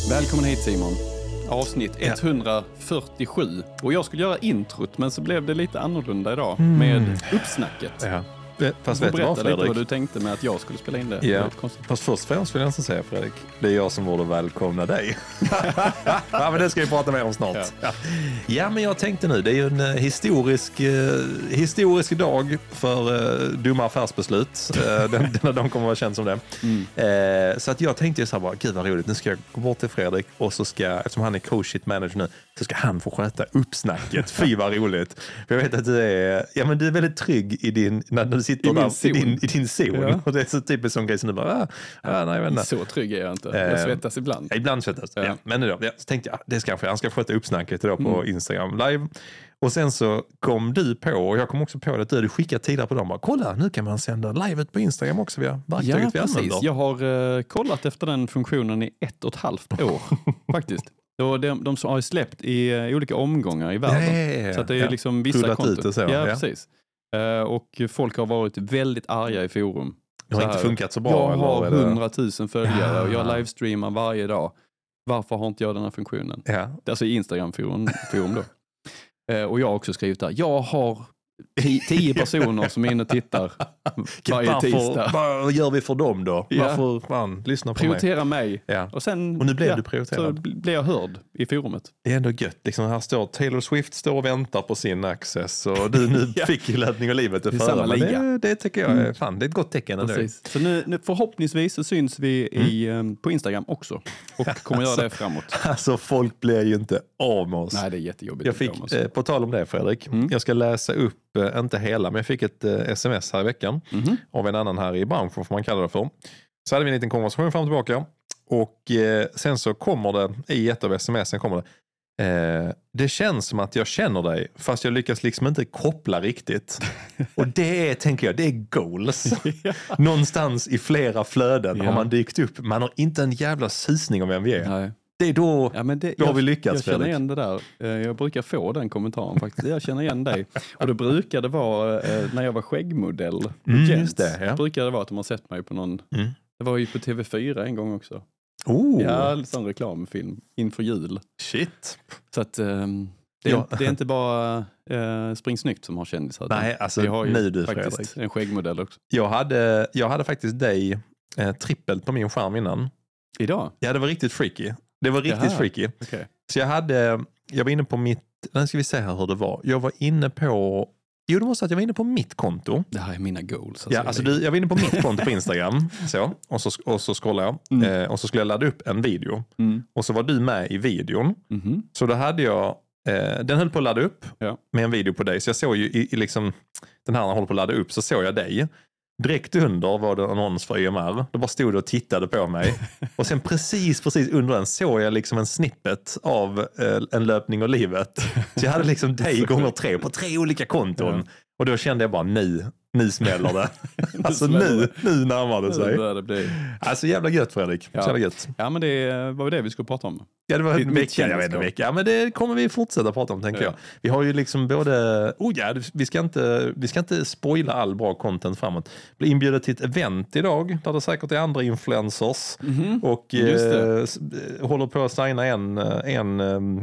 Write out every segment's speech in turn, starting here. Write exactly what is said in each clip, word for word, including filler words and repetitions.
Välkommen hit Simon. Avsnitt etthundrafyrtiosju. Och jag skulle göra introt, men så blev det lite annorlunda idag mm. med uppsnacket. Ja. Fast vet du vad, Fredrik? Lite vad du tänkte med att jag skulle spela in det. Ja. Fast först och främst vill jag inte säga, Fredrik, det är jag som borde välkomna dig. Ja, men det ska vi prata mer om snart. Ja. Ja. ja, men jag tänkte nu, det är ju en historisk, eh, historisk dag för eh, dumma affärsbeslut. Eh, den, den, de kommer vara känd som det. Mm. Eh, så att jag tänkte ju så här bara, gud vad roligt, nu ska jag gå bort till Fredrik och så ska, eftersom han är co-shit manager nu, så ska han få sköta uppsnacket. Fy vad roligt. För jag vet att du är, ja, men du är väldigt trygg i din, när du sitter där, i din, i din zon. Ja. Och det är så typiskt som grej som du bara, ah, ah, nej, jag vet inte. Så trygg är jag inte. Jag svettas ibland. Eh, ibland svettas. Ja. Ja. Men idag, ja, så tänkte jag, det ska jag, han ska sköta uppsnacket idag på mm. Instagram live. Och sen så kom du på, och jag kom också på det, att du hade skickat tidigare på dem. Bara, kolla, nu kan man sända livet på Instagram också via verktyget ja, vi använder. Jag har uh, kollat efter den funktionen i ett och ett halvt år, faktiskt. Och de, de som har släppt i uh, olika omgångar i världen. Nej, så att det är ja. liksom vissa Rullat konton. Ut och så, ja, ja, precis. Uh, och folk har varit väldigt arga i forum. Det har inte funkat så bra. Jag har hundratusen följare och jag livestreamar varje dag. Varför har inte jag den här funktionen? Ja. Det är alltså i Instagram-forum forum då. Uh, och jag har också skrivit där. Jag har tio personer som är inne och tittar varje Varför, tisdag. Vad gör vi för dem då? Ja. Varför fan, lyssna på Prioritera mig? mig. Ja. Och, sen, och nu blev ja, du prioriterad. Så blev jag hörd i forumet. Det är ändå gött. Liksom, här står Taylor Swift står och väntar på sin access. Och du nu ja. fick ju laddning och livet till förra. Men det, det tycker jag är, fan, det är ett gott tecken ändå. Precis. Så nu, nu förhoppningsvis så syns vi i, mm. på Instagram också. Och kommer göra alltså, det framåt. Alltså folk blir ju inte av med oss. Nej, det är jättejobbigt. Jag fick, eh, på tal om det Fredrik, mm. jag ska läsa upp, eh, inte hela, men jag fick ett eh, sms här i veckan mm. av en annan här i branschen, får man kalla det för. Så hade vi en liten konversation fram och tillbaka. Och eh, sen så kommer det, i ett av smsen kommer det, eh, det känns som att jag känner dig, fast jag lyckas liksom inte koppla riktigt. Och det är, tänker jag, det är goals. Ja. Någonstans i flera flöden ja. har man dykt upp. Man har inte en jävla susning om vem vi är. Nej. Det är då, ja, men det, då jag, har vi lyckats. Jag känner Fredrik. igen det där. Jag brukar få den kommentaren faktiskt. Jag känner igen dig. Och det brukade vara när jag var skäggmodell. Mm, just det, ja. Brukade det vara att de har sett mig på någon... Mm. Det var ju på T V fyra en gång också. Oh. Ja, en sån reklamfilm inför jul. Shit. Så att um, det, är, ja. det är inte bara uh, Spring Snyggt som har kändisar. Nej, alltså vi har ju nej du faktiskt Fredrik. En skäggmodell också. Jag hade, jag hade faktiskt dig eh, trippelt på min skärm innan. Idag? Ja, det var riktigt freaky. Det var riktigt Jaha. freaky. Okay. Så jag hade, jag var inne på mitt, nu ska vi se här hur det var. Jag var inne på, jo det var så att jag var inne på mitt konto. Det här är mina goals. Alltså ja, alltså du, jag var inne på mitt konto på Instagram. Så, och, så, och så scrollade jag. Mm. Eh, och så skulle jag ladda upp en video. Mm. Och så var du med i videon. Mm. Så då hade jag, eh, den höll på att ladda upp ja. med en video på dig. Så jag såg ju i, i liksom, den här när jag håller på att ladda upp så såg jag dig. Direkt under var det en annons för E M R. Då bara stod du och tittade på mig. Och sen precis, precis under den såg jag liksom en snippet av eh, en löpning och livet. Så jag hade liksom dig gånger tre på tre olika konton. Ja. Och då kände jag bara, nu, nu smäller det. alltså nu, nu närmar det sig. Det bli. Alltså jävla gött Fredrik. Ja, jävla gött. Ja men det var det vi skulle prata om. Ja det var en vecka, jag vet inte vecka. Ja men det kommer vi fortsätta prata om tänker ja. jag. Vi har ju liksom både, oh ja, vi ska inte, vi ska inte spoila all bra content framåt. Bli inbjuden till ett event idag där det säkert är andra influencers. Mm-hmm. Och eh, håller på att signa en, en,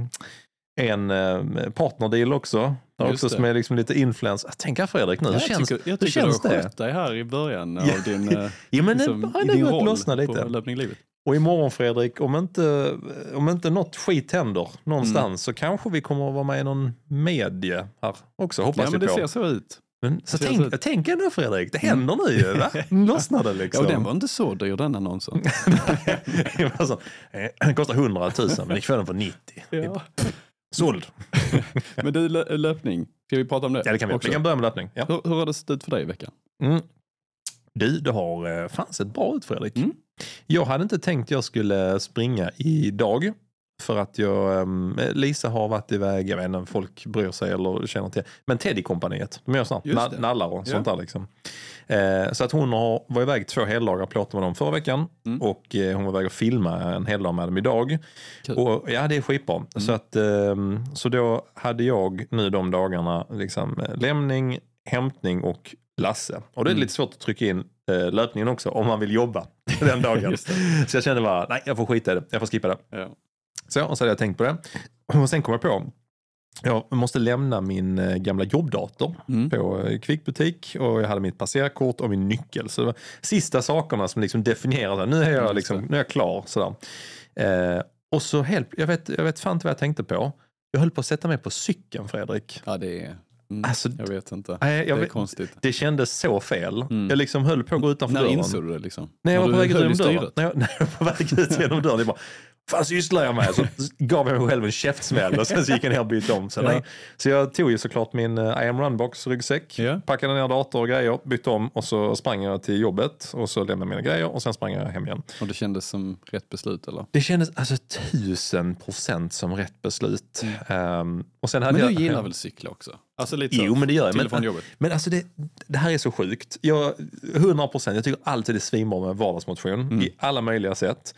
en partnerdeal också. Också som är liksom lite influens. Tänk här Fredrik nu. Ja, hur jag känns, tycker, jag hur tycker känns du har det? skött dig här i början av ja. din, ja, men liksom, det, i din roll lossna lite. på löpning i livet. Och imorgon Fredrik, om inte, om inte något skit händer någonstans mm. så kanske vi kommer att vara med i någon medie här också, hoppas ja, men vi det på. ser så ut. Men, så tänk, ut. tänk ändå Fredrik, det händer nu ju, va? Lossnar det liksom. Ja, den var inte så dyr den annonsen. Den kostar hundratusen men ikväll den för nittio. Ja. Såld. Men du, lö- löpning. Ska vi prata om det? Ja, det kan vi. Vi kan börja med löpning. Ja. Hur, hur har det sett ut för dig i veckan? Mm. Du, det har fan sett bra ut Fredrik. Mm. Jag hade inte tänkt jag skulle springa idag. För att jag, um, Lisa har varit iväg, jag vet inte om folk bryr sig eller känner till. Men Teddy-kompaniet, de gör snart na- nallar och sånt ja. där liksom. Eh, så att hon har, var iväg två heldagar och plåtade med dem förra veckan. Mm. Och eh, hon var iväg och filma en heldag med dem idag. Cool. Och ja, det är skitbra. Mm. Så, att, eh, så då hade jag nu de dagarna liksom lämning, hämtning och Lasse. Och det är mm. lite svårt att trycka in eh, löpningen också om man vill jobba. den dagen. Så jag kände bara, nej jag får skita i det, jag får skippa det. Ja. Så, och så hade jag tänkt på det. Och sen kom jag på, jag måste lämna min gamla jobbdator mm. på Kvickbutik och jag hade mitt passerkort och min nyckel. Så det var sista sakerna som liksom definierade, nu är jag, liksom, nu är jag klar. Sådär. Eh, och så helt, jag vet, jag vet fan inte vad jag tänkte på. Jag höll på att sätta mig på cykeln, Fredrik. Ja, det är... Mm, alltså, jag vet inte. Nej, jag det är vet, konstigt. Det kändes så fel. Mm. Jag liksom höll på att gå utanför när dörren. När insåg du det liksom? När jag var på väg ut genom dörren. När jag, när jag var på väg ut genom dörren. Jag bara, fan sysslar jag med? Så gav jag mig själv en käftsmäll och sen så gick jag ner och bytte om. Så, ja. nej. så jag tog ju såklart min uh, I am Runbox ryggsäck. Ja. Packade ner dator och grejer. Bytte om och så sprang jag till jobbet. Och så lämnade mina grejer och sen sprang jag hem igen. Och det kändes som rätt beslut eller? Det kändes alltså tusen procent som rätt beslut. Mm. Um, och sen hade men du jag, gillar väl cykla också? Alltså lite så, jo, men det gör jag. Men, men, men alltså det, det här är så sjukt. Jag, hundra procent, jag tycker alltid det är svinbra med vardagsmotion mm. i alla möjliga sätt.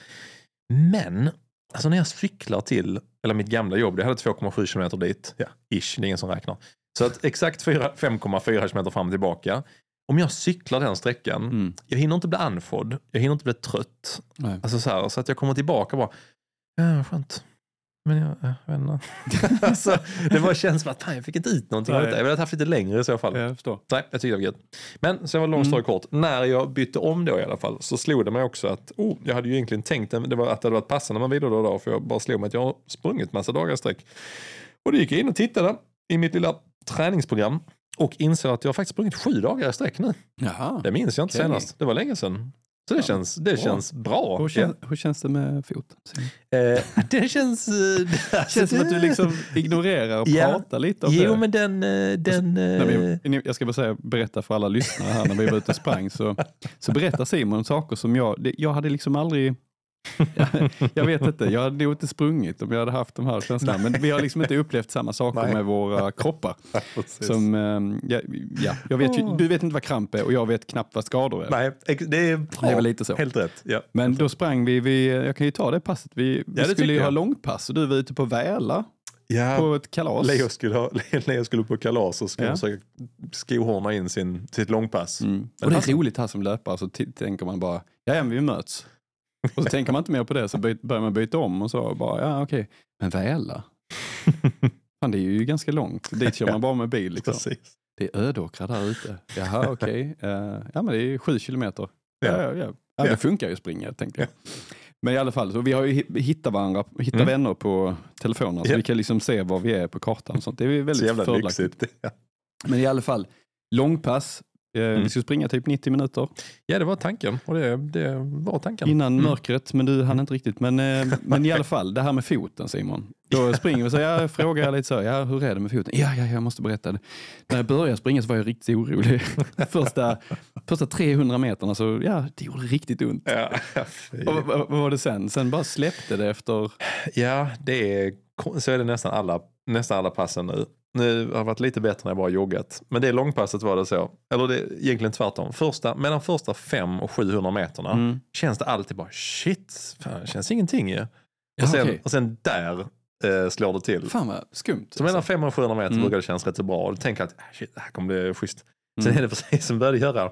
Men alltså när jag cyklar till, eller mitt gamla jobb, jag hade två komma sju kilometer dit. Ja, ish, det är ingen som räknar. Så att exakt fem komma fyra kilometer fram och tillbaka. Om jag cyklar den sträckan, mm. jag hinner inte bli andfådd. Jag hinner inte bli trött. Nej. Alltså så här, så att jag kommer tillbaka och bara, ja, skönt. Men jag, jag vet inte. alltså, det bara känns som att fan, jag fick inte ut någonting. Jag vill ha haft lite längre i så fall. Jag förstår. Nej, jag tyckte det var gött. Men så var det lång story kort. När jag bytte om då i alla fall så slog det mig också att oh, jag hade ju egentligen tänkt det var att det hade varit passande man vidare då, för jag bara slog mig att jag har sprungit massa dagar sträck. Och då gick jag in och tittade i mitt lilla träningsprogram och insåg att jag har faktiskt sprungit sju dagar i sträck nu. Jaha, det minns jag inte okay. senast. Det var länge sedan. Så det, ja. känns, det känns bra. Hur känns, ja. hur känns det med foten? Eh, det känns... Det känns som att du liksom ignorerar och ja. pratar lite om jo, det. Jo, men den... den vi, jag ska bara säga, berätta för alla lyssnare här när vi var ute och sprang. Så, så berättar Simon saker som jag... Det, jag hade liksom aldrig... jag, jag vet inte, jag hade nog inte sprungit om jag hade haft de här känslorna. Men vi har liksom inte upplevt samma saker Nej. med våra kroppar. Som, ja, ja, jag vet ju, du vet inte vad kramp är och jag vet knappt vad skador är. Nej, det är bra. Det är väl lite så. Helt rätt. Ja. Men då sprang vi, vi, jag kan ju ta det passet. Vi, vi ja, skulle ju ha långpass och du var ute på Väla. Ja, på ett kalas. Leo skulle, ha, Leo skulle på kalas och skulle ja. försöka skohorna in sin, sitt långpass. Mm. Och det är roligt här som löpare så t- tänker man bara, ja vi möts. Och så tänker man inte mer på det så by- börjar man byta om och så bara, ja okej. Okay. Men Väla? Fan, det är ju ganska långt. Dit kör man bara med bil liksom. Precis. Det är ödåkrar där ute. Jaha okej. Okay. Uh, ja men det är sju kilometer. Ja, ja, ja. ja. ja det funkar ju att springa tänkte jag. Ja. Men i alla fall, så vi har ju hittat varandra, hittat mm. vänner på telefonen. Så yeah. vi kan liksom se var vi är på kartan. Och sånt. Det är väldigt fördelaktigt. Ja. Men i alla fall, långpass. Mm. Vi skulle springa typ nittio minuter. Ja, det var tanken. Och det, det var tanken. Innan mm. mörkret, men du hann inte riktigt. Men, men i alla fall, det här med foten, Simon. Då springer vi så jag frågar lite så, ja, hur är det med foten? Ja, ja, jag måste berätta det. När jag började springa så var jag riktigt orolig. första, första trehundra meterna så, ja, det gjorde riktigt ont. Ja, och vad, vad var det sen? Sen bara släppte det efter... Ja, det är, så är det nästan alla, nästan alla passen nu. Nu har det varit lite bättre när jag bara joggat. Men det långpasset var det så. Eller det är egentligen tvärtom. Första, mellan första fem och sjuhundra meterna mm. känns det alltid bara shit, fan, det känns ingenting ju. Ja, och, sen, okay. och sen där eh, slår det till. Fan vad skumt. Så mellan fem och sjuhundra meter mm. brukar det kännas rätt så bra. Och du tänker att shit, det här kommer bli schysst. Sen mm. är det precis som började göra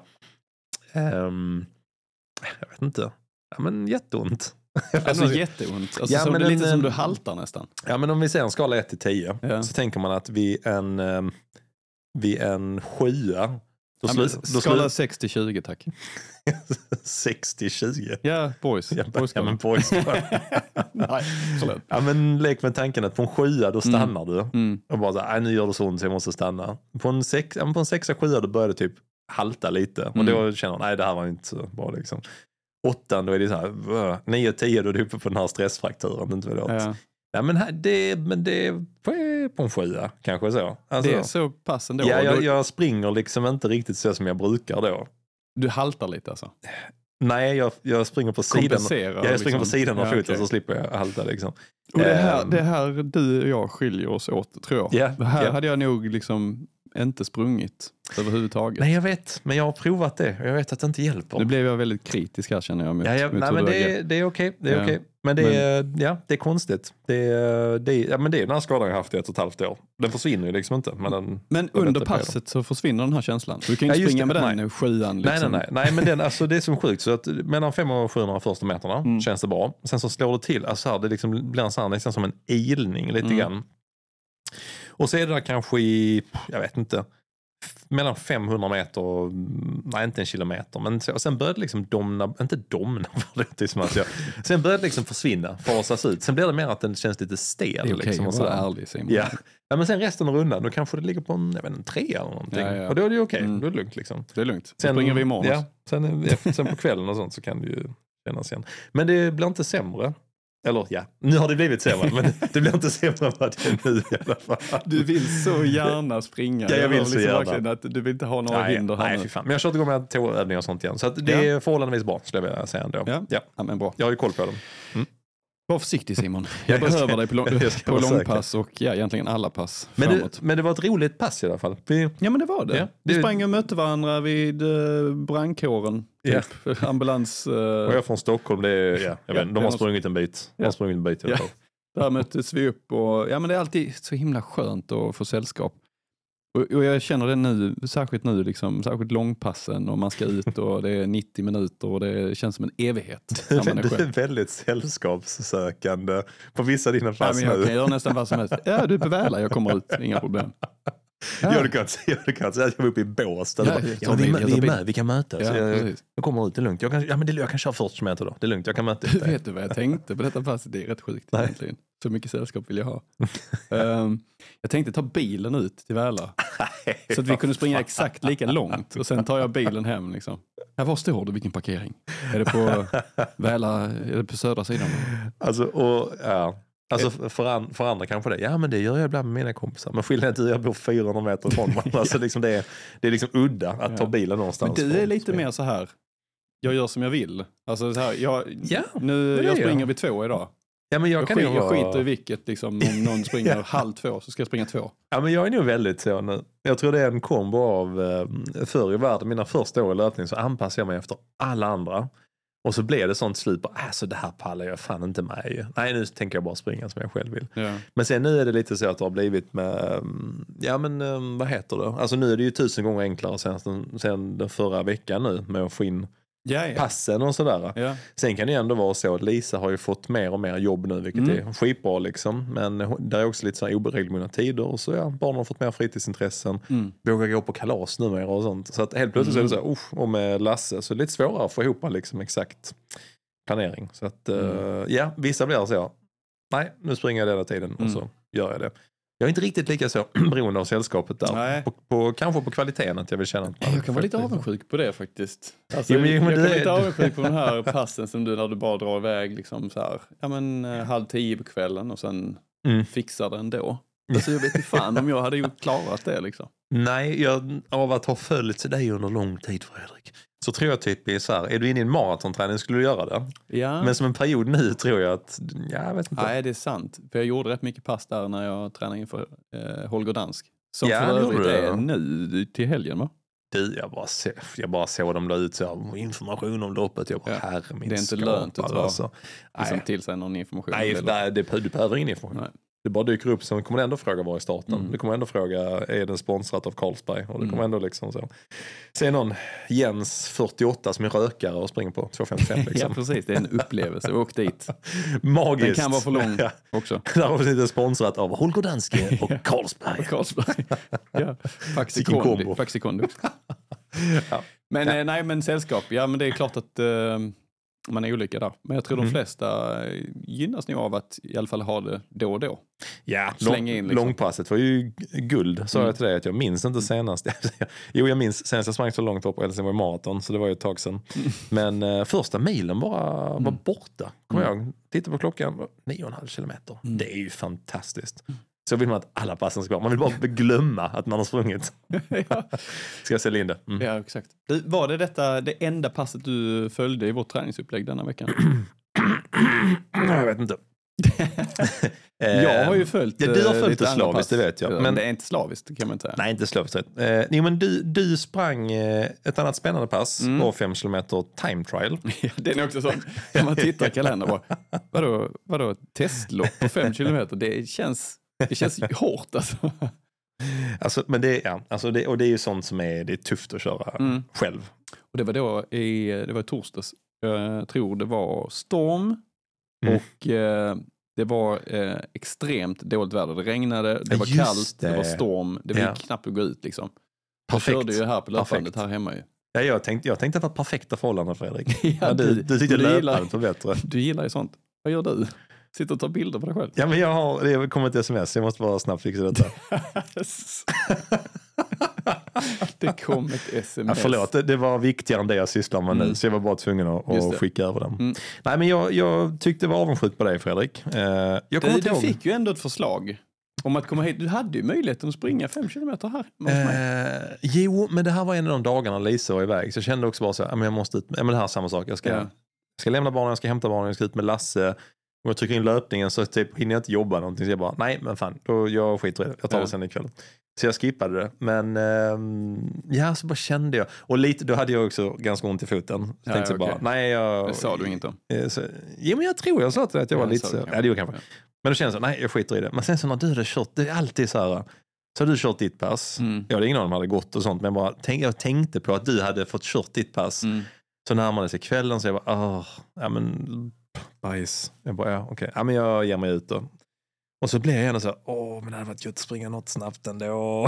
um, jag vet inte. Ja men jätteont. Alltså jätteont. Alltså, ja, men det är lite en, som du haltar nästan. Ja, men om vi ser en skala ett till tio ja. så tänker man att vid en um, vid en sjua då ja, slu, då skala slu... sex till tjugo tack. sex till tjugo. Ja, boys. Ja, boys ja men boys. Nej, förlåt. Ja, men lek med tanken att på en sjua då stannar mm. du. Mm. Och bara så här, nu gör det så ont så jag måste stanna. På en sex, ja, på en sexa, sjua då börjar det typ halta lite. Mm. Och då känner man, nej det här var inte så bra liksom. Åttan, då är det så här, nio och tio då är du uppe på den här stressfrakturen. Inte vad det ja. Nej, men, här, det, men det är på en sjua kanske så. Alltså, det är så pass ändå. Ja, jag, jag springer liksom inte riktigt så som jag brukar då. Du haltar lite alltså? Nej, jag, jag springer på sidan. Jag springer liksom. på sidan av ja, foten okay. så slipper jag halta liksom. Och det här, um, det här du och jag skiljer oss åt tror jag. Yeah, det här yeah. hade jag nog liksom inte sprungit överhuvudtaget. Nej, jag vet. Men jag har provat det. Jag vet att det inte hjälper. Nu blev jag väldigt kritisk här, känner jag. Med, ja, ja, med nej, men det, är, det är okej. Det är ja. okej. Men det är, men, ja, det är konstigt. Det är, det är, ja, men det är den här skadan jag haft i ett och ett halvt år. Den försvinner ju liksom inte. Men, den, men under passet så försvinner den här känslan. Du kan ju inte ja, springa det. med den nej. sjuan. Nej, Liksom. nej, nej. nej men den, alltså, det är så sjukt. Så att mellan fem och sjuhundra första meterna mm. känns det bra. Sen så slår det till. Alltså här, det liksom blir en sån här, nästan som en ilning lite mm. grann. Och så är det där kanske i, jag vet inte, mellan femhundra meter och, nej inte en kilometer, men så, och sen började det liksom domna, inte domna, det är som att jag, sen började det liksom försvinna, fasas ut. Sen blir det mer att den känns lite stel. Det är okej, liksom, och så ärlig, ja. ja, men sen resten av rundan, då kanske det ligger på en, jag vet, en tre eller någonting. Ja, ja. Och då är det ju okej, mm. då är det lugnt liksom. Det är lugnt, sen springer vi imorgon. Ja, sen, ja, sen på kvällen och sånt så kan det ju kännas igen. Men det blir inte sämre. Eller ja, nu har det blivit sämre, men det blir inte sämre vad det är nu i alla fall. Du vill så gärna springa. Ja, jag vill så liksom gärna. Att du vill inte ha några nej, hinder här nej, nu. Fan. Men jag har kört igång med tåövningar och sånt igen. Så att det är ja. förhållandevis bra, skulle jag vilja säga ändå. Ja, ja. ja men bra. Jag har ju koll på dem. Mm. Var försiktig Simon. Jag, jag behöver ska, dig på, lång, på långpass och ja, egentligen alla pass men det, men det var ett roligt pass i alla fall. Vi, ja men det var det. Ja, vi det, sprang och mötte varandra vid uh, brandkåren. Typ. Ja. Ambulans. Uh, och jag från Stockholm, det är, ja, jag vet, ja, de har sprungit en bit. De ja. har sprungit en bit i alla fall. Ja. Där möttes vi upp och ja men det är alltid så himla skönt att få sällskap. Och, och jag känner det nu, särskilt nu liksom, särskilt långpassen och man ska ut och det är nittio minuter och det känns som en evighet. Du, är, du är väldigt sällskapssökande på vissa av dina pass ja, men jag nu. kan göra nästan vad som helst. Ja, du är på Väla, jag kommer ut, inga problem. Ja. Jag kan inte säga att jag var uppe i bås. Ja, bara, ja, vi, vi, är med, vi kan mötas. Ja, jag, jag kommer ut, det är lugnt. Jag kan, ja, men det, jag kan köra fyrtio meter då. Det är lugnt, jag kan möta dig. Vet du vad jag tänkte på detta passet? Det är rätt sjukt egentligen. Så mycket sällskap vill jag ha. um, jag tänkte ta bilen ut till Väla. Så att vi kunde springa exakt lika långt. Och sen tar jag bilen hem liksom. Ja, var står du? Vilken parkering? Är det på Väla? Är det på södra sidan? Alltså, och ja... Alltså för, an, för andra kanske det. Ja, men det gör jag ibland med mina kompisar. Men skillnaden är att jag bor fyrahundra meter från mig. Alltså liksom det, är, det är liksom udda att ja. ta bilen någonstans. Men du är lite mer så här. Jag gör som jag vill. Alltså så här, jag, ja, nu, jag springer jag. vid två idag. Ja, men jag, jag, kan skit, jag, jag skiter i vilket. Liksom, om någon springer ja. halv två så ska jag springa två. Ja, men jag är nog väldigt så nu. Jag tror det är en kombo av eh, förr i världen, mina första år i löpning så anpassar jag mig efter alla andra. Och så blev det sånt slut på, alltså det här pallar jag fan inte med. Nej, nu tänker jag bara springa som jag själv vill. Ja. Men sen nu är det lite så att det har blivit med, ja men vad heter det? Alltså nu är det ju tusen gånger enklare sen, sen den förra veckan nu med att få in ja, ja. passen och sådär. Ja. Sen kan det ju ändå vara så att Lisa har ju fått mer och mer jobb nu, vilket mm. är skitbra liksom. Men det är också lite så här oberegelbundna tider och så ja, barnen har fått mer fritidsintressen. Mm. Vågar gå på kalas numera och sånt. Så att helt plötsligt mm. så är det så här, och med Lasse så är det lite svårare att få ihop liksom exakt planering. Så att mm. uh, ja, vissa blir så. Nej, nu springer jag hela tiden mm. och så gör jag det. Jag är inte riktigt lika så beroende av sällskapet där. På, på, kanske på kvaliteten att jag vill känna att man jag kan vara lite avundsjuk på det faktiskt. Alltså, jo, men, jag, jag kan vara lite avundsjuk på den här passen som du när du bara drar iväg liksom så här, ja men halv tio på kvällen och sen mm. fixar det ändå. Alltså jag vet inte fan om jag hade ju klarat det liksom. Nej, jag, av att ha följt dig under lång tid, Fredrik, så tror jag typ är så här, är du inne i en maratonträning skulle du göra det. Ja. Men som en period nu tror jag att, ja, jag vet inte. Nej, det är sant. För jag gjorde rätt mycket pass där när jag tränade inför eh, Holger Dansk. Som ja, för övrigt är nu till helgen, va? Du, jag bara, se, jag bara såg dem la ut så här, information om loppet. Jag bara, ja. herre min det är inte lönt att ta alltså. liksom till sig någon information. Nej, det, det, du behöver ingen information. Nej. Det bara dyker upp, så kommer ändå fråga var i starten. Mm. Du kommer ändå fråga, är den sponsrat av Carlsberg? Och det kommer ändå liksom så. Se någon Jens fyrtioåtta som är rökare och springer på två femtiofem liksom. Ja, precis. Det är en upplevelse. Åk dit. Magiskt. Den kan vara för lång också. Där har vi inte sponsrat av Holger Danske och Carlsberg. Carlsberg. Ja, Faxikondi. Faxikondi. Ja. Men ja. nej, men sällskap. Ja, men det är klart att uh, man är olika där. Men jag tror mm. de flesta gynnas nog av att i alla fall ha det då och då. Ja, lång, in, liksom. Långpasset var ju guld. Sa mm. jag till dig att jag minns inte senast. Jo, jag minns senast jag sprang så långt upp och sen var det maraton, så det var ju ett tag sedan. Mm. Men uh, första milen bara mm. var borta. Kommer mm. jag titta på klockan, nio och en halv kilometer. Mm. Det är ju fantastiskt. Mm. Så vill man att alla passen ska vara. Man vill bara glömma att man har sprungit. Ja. Ska jag sälja in det? Mm. Ja, exakt. Var det detta det enda passet du följde i vårt träningsupplägg denna veckan? Jag vet inte. Jag har ju följt ja, du har följt lite det slaviskt, det vet jag. Men det är inte slaviskt, kan man inte säga. Nej, inte slaviskt. Eh, nej, men du, du sprang eh, ett annat spännande pass mm. på fem kilometer time trial. Ja, den är också sån. När man tittar i kalendern bara, vadå, vadå testlopp på fem kilometer? Det känns, det känns hårt alltså. Alltså, men det, ja, alltså det, och det är ju sånt som är, det är tufft att köra mm. själv. Och det var då i, det var i torsdags. Jag tror det var storm mm. och eh, det var eh, extremt dåligt väder. Det regnade, det var Just kallt, det. det var storm. Det gick ja. knappt att gå ut liksom. Perfekt. Jag körde ju här på löpbandet här hemma ju. Ja, jag tänkte, jag tänkte att det var perfekta förhållanden, Fredrik. ja, ja, du, du tyckte du löpbandet var bättre. Du gillar ju sånt. Vad gör du? Sitter och tar bilder på dig själv. Ja, men jag har, det kommer ett sms. Jag måste bara snabbt fixa detta. Det kom ett sms. Ja, förlåt, det, det var viktigare än det jag sysslar med mm. nu. Så jag var bara tvungen att, att skicka över dem. Mm. Nej, men jag, jag tyckte det var avundsjukt på dig, Fredrik. Uh, jag du, du fick ju ändå ett förslag om att komma hit. Du hade ju möjligheten att springa fem kilometer här. Uh, jo, men det här var en av de dagarna Lisa var iväg. Så jag kände också bara så här, men jag måste ut. Men det här är samma sak. Jag ska, ja. jag ska lämna barnen, jag ska hämta barnen, jag ska ut med Lasse. Om jag trycker in löpningen så typ hinner jag inte jobba någonting. Så jag bara, nej men fan, då jag skiter i det. Jag tar ja. det sen ikväll. Så jag skippade det. Men ähm, ja, så bara kände jag. Och lite, då hade jag också ganska ont i foten. Så ja, tänkte ja, okay. bara, nej jag... Det sa du inget om. Så, ja, men jag tror jag sa till dig att jag ja, var lite så. Ja, det gjorde kanske. Ja. Men då kände jag så, nej jag skiter i det. Men sen så när du hade kört, det är alltid så här. Så har du kört ditt pass. Mm. Jag hade ingen aning om det hade gått och sånt. Men bara, tänk, jag tänkte på att du hade fått kört ditt pass. Mm. Så närmade sig kvällen så jag bara, åh, ja men... bajs. Jag bara, ja okej. Okay. Ja, men jag ger mig ut då. Och så blev jag gärna så här, åh men det hade varit gött att springa något snabbt ändå.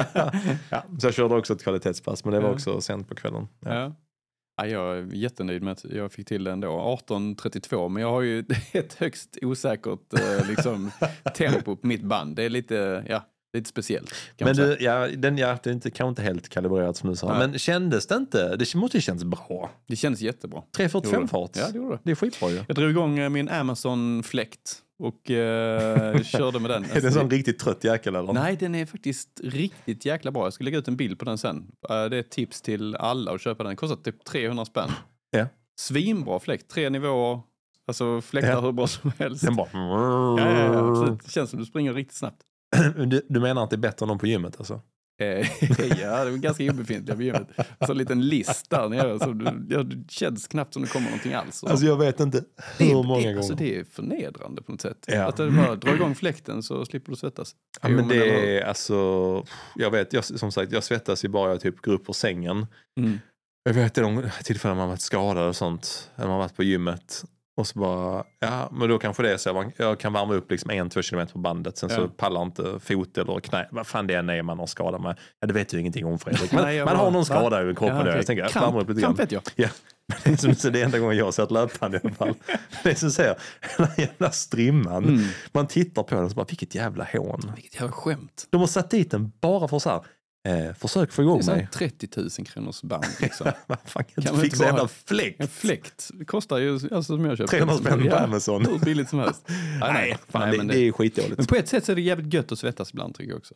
ja, så jag körde också ett kvalitetspass, men det var också sent på kvällen. Ja. Ja. Ja, jag är jättenöjd med att jag fick till det ändå. arton trettiotvå, men jag har ju ett högst osäkert liksom, tempo på mitt band. Det är lite, ja, lite speciellt. Men du, ja, den, ja, det är inte, kanske inte helt kalibrerat som du sa. Ja. Men kändes det inte? Det måste ju kännas bra. Det kändes jättebra. tre fyrtiofem fart. Ja, det gjorde det. Det är skitbra ju. Jag drog igång min Amazon-fläkt och uh, körde med den. Är det en sån riktigt trött jäkel eller? Nej, den är faktiskt riktigt jäkla bra. Jag ska lägga ut en bild på den sen. Uh, det är ett tips till alla att köpa den. Den kostar typ trehundra spänn. Ja. Svinbra fläkt. Tre nivåer. Alltså fläktar ja. hur bra som helst. Den bara... Ja, ja, ja. Det känns som du springer riktigt snabbt. Du, du menar att det är bättre än de på gymmet alltså? Ja, det var ganska obefintliga på gymmet. Alltså en liten list där nere. Så det, det känns knappt som det kommer någonting alls. Alltså jag vet inte hur det, många det, gånger. Alltså det är förnedrande på något sätt. Ja. Att det bara dra igång fläkten så slipper du svettas. Ja, men det är alltså, jag vet, jag, som sagt, jag svettas ju bara jag typ går upp på sängen. Mm. Jag vet det de tillfällen man har varit skadad och sånt. Eller man har varit på gymmet. Och så bara, ja, men då kanske det är så jag, jag kan varma upp liksom en, två kilometer på bandet. Sen ja. så pallar inte fot eller knä. Vad fan det är man har skada med. Ja, det vet du ingenting om, Fredrik. Man, Nej, man har någon skada över kroppen. Ja, okay. Jag tänker, jag varmar upp lite grann. Vet jag. Ja. Det är som så det är enda gången jag har sett löpband i alla fall. Det är som säger, den här jävla strimman. Mm. Man tittar på den och så bara, vilket jävla hån. Vilket jävla skämt. De har satt dit den bara för så här. Eh, försök få igång mig. trettio tusen kronors band liksom. Fan, kan kan fixa en fläkt. En fläkt kostar ju, alltså som jag köper. trehundra spänn på Amazon. Hur billigt som helst. Nej, nej, fan, nej det, men det, det är skitdåligt. Men på ett sätt så är det jävligt gött att svettas ibland tycker jag också.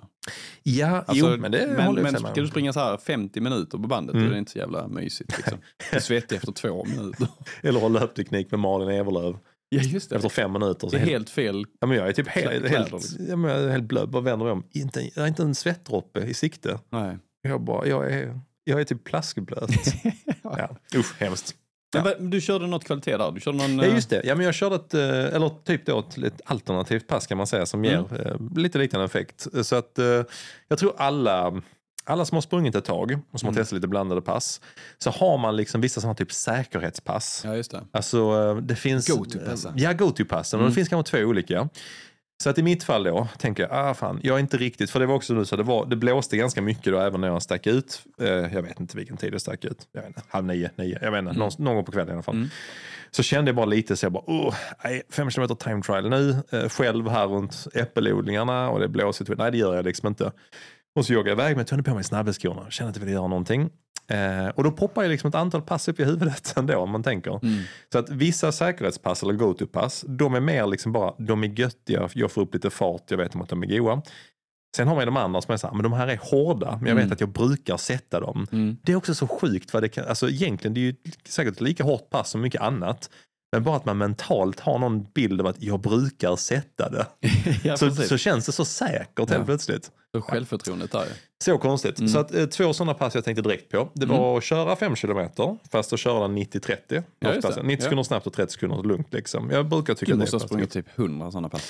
Ja, alltså, jo, men det men, håller men jag ska du springa så här femtio minuter på bandet mm. då är det inte så jävla mysigt liksom. Du är svettig efter två minuter. Eller ha löpteknik med Malin Everlöv. Ja, just det. Efter fem minuter. Så det är helt fel. Ja, men jag är typ helt, helt, ja, men jag är helt blöd. Bara vänder mig om. Inte, jag är inte en svettdroppe i sikte. Nej. Jag bara, jag är, jag är typ plaskblöt. Ja, usch, hemskt. Ja. Men, du körde något kvalitet där? Du körde någon, ja, just det. Ja, men jag körde ett, eller typ då ett, ett alternativt pass kan man säga som mm. ger eh, lite liknande effekt. Så att eh, jag tror alla... Alla som har sprungit ett tag och som mm. har testat lite blandade pass så har man liksom vissa som har typ säkerhetspass. Ja, just det. Alltså det finns... Go-to-passen. Ja, go-to-passen. Mm. Och det finns kanske två olika. Så att i mitt fall då tänker jag, ah fan, jag är inte riktigt, för det var också nu så det, var, det blåste ganska mycket då även när jag stack ut. Eh, jag vet inte vilken tid jag stack ut. Jag vet inte, halv nio, nio, jag vet inte, mm. någon, någon gång på kvällen i alla fall. Mm. Så kände jag bara lite så jag bara, åh, nej, fem kilometer time trial nu, eh, själv här runt äppelodlingarna och det blåser, nej det gör jag liksom inte. Och så joggade jag iväg, men jag tog på mig snabbeskorna. Kände att jag ville göra någonting. Eh, och då poppar jag liksom ett antal pass upp i huvudet ändå, om man tänker. Mm. Så att vissa säkerhetspass eller go-to-pass, de är mer liksom bara, de är göttiga, jag får upp lite fart, jag vet om att de är goda. Sen har man de andra som är så här, men de här är hårda, men jag mm. vet att jag brukar sätta dem. Mm. Det är också så sjukt, för det kan, alltså egentligen det är ju säkert lika hårt pass som mycket annat. Men bara att man mentalt har någon bild av att jag brukar sätta det. ja, så, så känns det så säkert helt ja. plötsligt. Så självförtroendet där. Så konstigt. Mm. Så att, eh, två sådana pass jag tänkte direkt på. Det var mm. att köra fem kilometer fast att köra nittio trettio. Ja, nittio sekunder ja. snabbt och trettio sekunder lugnt. Liksom. Jag brukar tycka du det måste ha sprungit typ hundra sådana pass.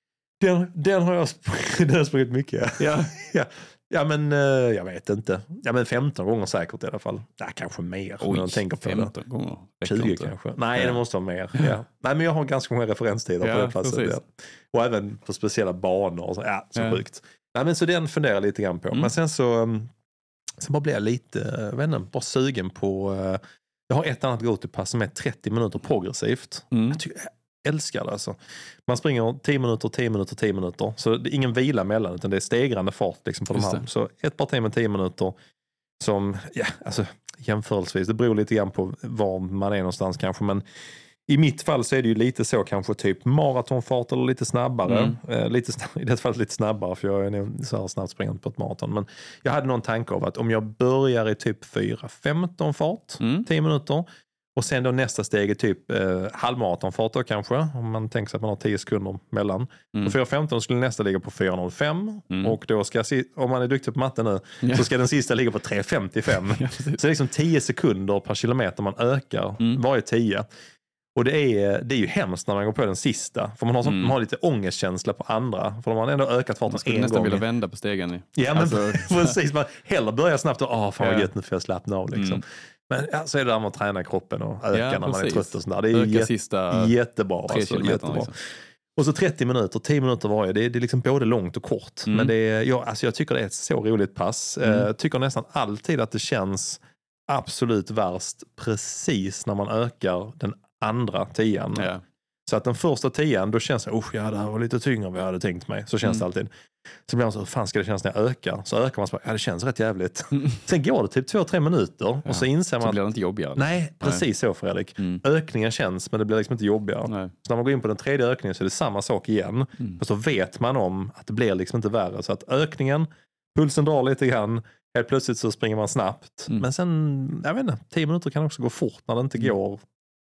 Den, den har jag sprungit, den har jag sprungit mycket. Ja. ja. Ja men uh, jag vet inte. Ja men femton gånger säkert i alla fall. Ja, kanske mer. Oj, jag tänker på femton det. Gånger. tjugo inte. Kanske. Nej ja. det måste vara mer. Ja. Nej men jag har ganska många referenstider ja, på det passet. Ja. Och även på speciella banor. Och så. Ja, så ja. sjukt. Nej men så den funderar jag lite grann på. Mm. Men sen så um, sen bara blir jag lite, jag vet inte, bara sugen på uh, jag har ett annat go-to-pass som är trettio minuter progressivt. Mm. Jag tycker älskar det alltså. Man springer tio minuter, tio minuter, tio minuter. Så det är ingen vila mellan utan det är stegrande fart liksom på Just de här. Det. Så ett par timmar, tio minuter som, ja, alltså jämförelsevis. Det beror lite grann på var man är någonstans kanske. Men i mitt fall så är det ju lite så kanske typ maratonfart eller lite snabbare. Mm. Eh, lite snabb, i det fallet lite snabbare för jag är nog så här snabbt springande på ett maraton. Men jag hade någon tanke av att om jag börjar i typ fyra femton fart, mm. tio minuter. Och sen då nästa steg är typ eh, halvmaratonfart då kanske. Om man tänker sig att man har tio sekunder mellan. Mm. På fyra femton skulle nästa ligga på fyra noll fem. Mm. Och då ska, om man är duktig på matte nu, ja. så ska den sista ligga på tre femtiofem. Ja, så det är liksom tio sekunder per kilometer man ökar mm. varje tio. Och det är, det är ju hemskt när man går på den sista. För man har, sånt, mm. man har lite ångestkänsla på andra. För man har ändå ökat farten en gång. Man skulle nästan vilja vända på stegen. I. Ja, men alltså, precis. Man hellre börjar snabbt och åh, fan vad ja. gött, nu får jag slappna av liksom. Mm. Men ja, så är det där med att träna kroppen och öka ja, när man är trött och sådär. Det är öka jät- sista jättebra. Tre alltså, jättebra. Liksom. Och så trettio minuter, tio minuter varje. Det är, det är liksom både långt och kort. Mm. Men det är, jag, alltså jag tycker det är ett så roligt pass. Jag mm. eh, tycker nästan alltid att det känns absolut värst precis när man ökar den andra tian. Ja. Så att den första tian, då känns det, oh ja, det här var lite tyngre än vad jag hade tänkt mig. Så känns mm. det alltid. Så blir man så, hur fan ska det kännas när jag ökar? Så ökar man så, ja det känns rätt jävligt. Mm. Sen går det typ två, tre minuter och ja. så inser man så blir det inte jobbigare. Nej, precis nej. så Fredrik. Mm. Ökningen känns, men det blir liksom inte jobbigare. Nej. Så när man går in på den tredje ökningen så är det samma sak igen. Mm. Och så vet man om att det blir liksom inte värre. Så att ökningen, pulsen drar lite grann. Helt plötsligt så springer man snabbt. Mm. Men sen, jag vet inte, tio minuter kan också gå fort när det inte mm. går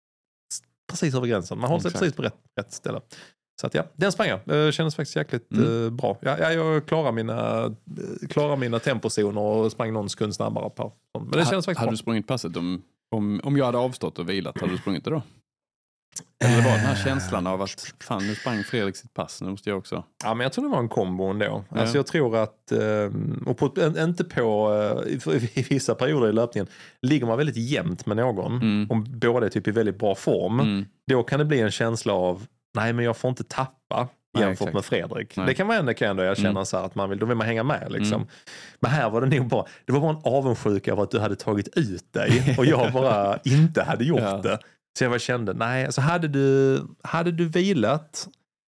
precis över gränsen. Man håller sig precis på rätt, rätt ställe. Så att ja, den sprang jag. Det kändes faktiskt jäkligt mm. uh, bra. Ja, ja, jag klarar mina, uh, klarar mina tempozoner och sprang någon sekund snabbare per. Men det kändes faktiskt Hade bra. du sprungit passet om, om, om jag hade avstått och vilat, hade du sprungit det då? Eller var den här känslan av att fan, nu sprang Fredrik sitt pass, nu måste jag också. Ja, men jag tror det var en kombo ändå. Ja. Alltså jag tror att, och på, inte på, i vissa perioder i löpningen, ligger man väldigt jämnt med någon, mm. om båda är typ i väldigt bra form, mm. då kan det bli en känsla av, nej men jag får inte tappa nej, jämfört exakt. med Fredrik. Nej. Det kan man ändå, kan ändå jag känna mm. så här att man vill, då vill man hänga med liksom. Mm. Men här var det nog bara, det var bara en avundsjuka av att du hade tagit ut dig och jag bara inte hade gjort ja. det. Så jag bara kände, nej, alltså hade du, hade du vilat,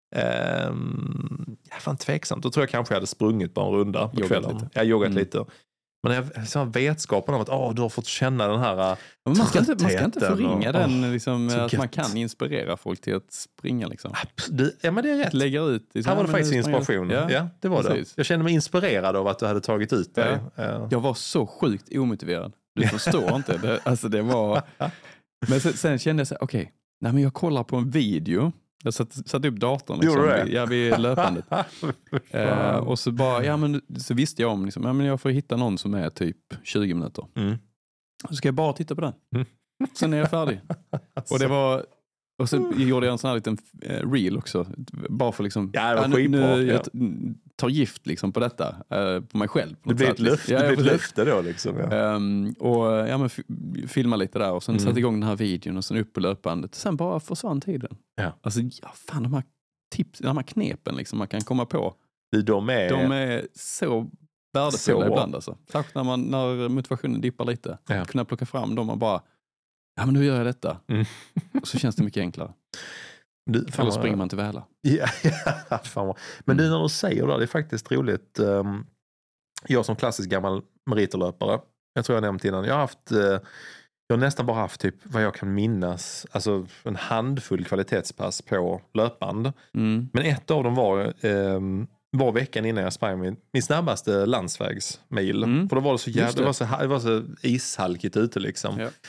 um, jag fann tveksamt, då tror jag kanske jag hade sprungit bara en runda på kvällen. Lite. Jag har joggat mm. lite. Men jag så vetskapen av att oh, du har fått känna den här man ska, inte, man ska inte förringa och, den, oh, liksom, att man kan inspirera folk till att springa. Liksom. Du, ja, men det är rätt. Lägger ut. Liksom, här var det faktiskt inspiration. Ja, ja, det var precis. det. Jag kände mig inspirerad av att du hade tagit ut dig. Ja. Ja. Jag var så sjukt omotiverad. Du förstår inte. Det, alltså det var... Men sen, sen kände jag så här, okej, okay, jag kollar på en video. Jag satte satt upp datorn liksom, vid, ja, vid löpandet. eh, och så bara, ja men så visste jag om liksom, ja men jag får hitta någon som är typ tjugo minuter. Mm. Så ska jag bara titta på den. Mm. Sen är jag färdig. Och det var, och så gjorde jag en sån här liten reel också. Bara för liksom, ja, det var skitbra, nu, ja. jag tar gift liksom på detta, eh, på mig själv. Det blir ett löfte, ja, det blir ett löfte då liksom. Ja. Um, och ja men f- filma lite där och sen mm. satte igång den här videon och sen upp på löpbandet. Sen bara försvann tiden. Ja. Alltså, ja fan de här tips, de här knepen liksom man kan komma på. De är, de är så värdefulla så ibland alltså. Särskilt när, man, när motivationen dippar lite. Ja. Kunna plocka fram dem och bara, ja men nu gör jag detta. Mm. Och så känns det mycket enklare. Du, fan, eller springer man till Väla. Ja, ja, fan vad. Men mm. du, när du säger det, det är faktiskt roligt. Um, jag som klassisk gammal meritlöpare, jag tror jag nämnt innan, jag har haft, uh, jag har nästan bara haft typ vad jag kan minnas, alltså en handfull kvalitetspass på löpband. Mm. Men ett av dem var, um, var veckan innan jag sprang min, min snabbaste landsvägsmil. Mm. För då var det så jävla, det. Det var så, det var så ishalkigt ute liksom. Ja.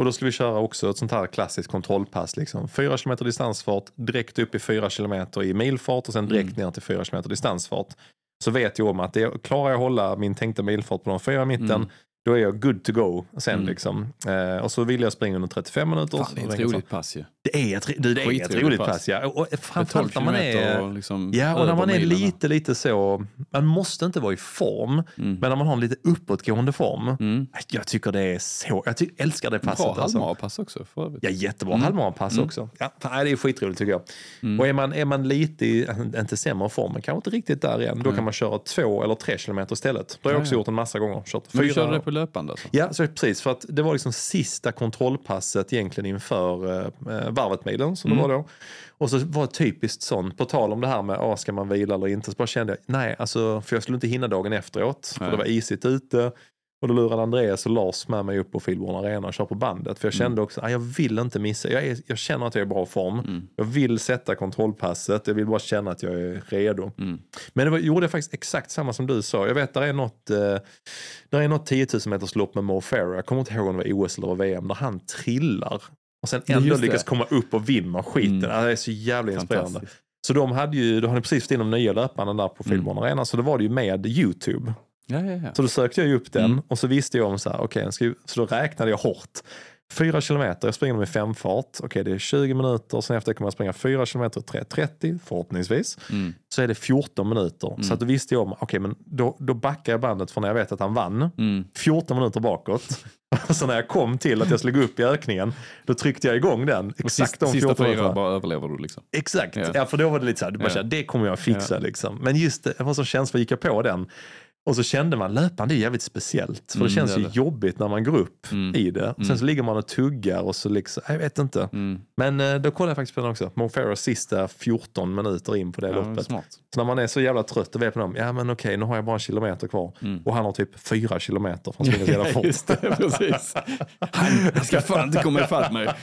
Och då skulle vi köra också ett sånt här klassiskt kontrollpass. Liksom. Fyra kilometer distansfart, direkt upp i fyra kilometer i milfart och sen direkt mm. ner till fyra kilometer distansfart. Så vet jag om att det, klarar jag hålla min tänkta milfart på de fyra mitten, mm. då är jag good to go sen mm. liksom. Eh, och så vill jag springa under trettiofem minuter. Fan, det är ett roligt pass ju. Det är ett, det, det är ett roligt pass, pass ja. Och framförallt när man är, liksom ja, och när man är lite, lite så, man måste inte vara i form, mm. men när man har en lite uppåtgående form, mm. jag tycker det är så, jag tycker, älskar det passet. Bra alltså. halvmarapass också. För ja, jättebra mm. halvmarapass mm. också. Ja, det är skitroligt tycker jag. Mm. Och är man, är man lite i, inte sämre form, men kanske inte riktigt där igen, då mm. kan man köra två eller tre kilometer istället. Det har jag också ja, ja. gjort en massa gånger. Kört men du körde det på löpande alltså? Ja, så precis. För att det var liksom sista kontrollpasset egentligen inför eh, varvet-milen som mm. det var då. Och så var det typiskt sånt, på tal om det här med, ah, ska man vila eller inte, så bara kände jag, nej, alltså, för jag skulle inte hinna dagen efteråt. Nej. För det var isigt ute. Och då lurade Andreas och Lars med mig upp på Filborn Arena och kör på bandet. För jag kände mm. också, ah, jag vill inte missa. Jag, är, jag känner att jag är i bra form. Mm. Jag vill sätta kontrollpasset. Jag vill bara känna att jag är redo. Mm. Men det var, gjorde jag faktiskt exakt samma som du sa. Jag vet, där är något, eh, där är något tio tusen meters lopp med Mo Farah. Jag kommer inte ihåg om det var O S eller V M. Där han trillar. Och sen ändå lyckas komma upp och vinna skiten. Mm. Det är så jävla inspirerande. Så de hade ju, då hade precis fått in de nya löparna där på Filborn mm. Arena. Så det var det ju med YouTube. Ja, ja, ja. Så då sökte jag ju upp den mm. och så visste jag om så här, okej, okay, så då räknade jag hårt. Fyra kilometer, jag springer med femfart. Okej, okay, det är tjugo minuter. Sen efter kommer jag springa fyra kilometer, tre trettio förhoppningsvis. Mm. Så är det fjorton minuter. Mm. Så att då visste jag om, okej, okay, men då, då backar jag bandet för när jag vet att han vann. Mm. fjorton minuter bakåt. Så när jag kom till att jag skulle gå upp i ökningen, då tryckte jag igång den. Exakt de sista fyra bara överlever du liksom. Exakt, ja. ja, för då var det lite så här, du bara ja. kände, det kommer jag fixa ja. liksom. Men just det, vad som känns, vad gick jag på den? Och så kände man, löpande är jävligt speciellt. För mm, det känns det ju det. jobbigt när man går upp mm. i det. Och sen mm. så ligger man och tuggar och så liksom, jag vet inte. Mm. Men då kollade jag faktiskt på den också. Mo Farahs sista fjorton minuter in på det ja, loppet. Smart. Så när man är så jävla trött och vet på dem, ja men okej, nu har jag bara en kilometer kvar. Mm. Och han har typ fyra kilometer från sin hela fort. Just det, precis. Han, han ska fan inte komma ifatt mig.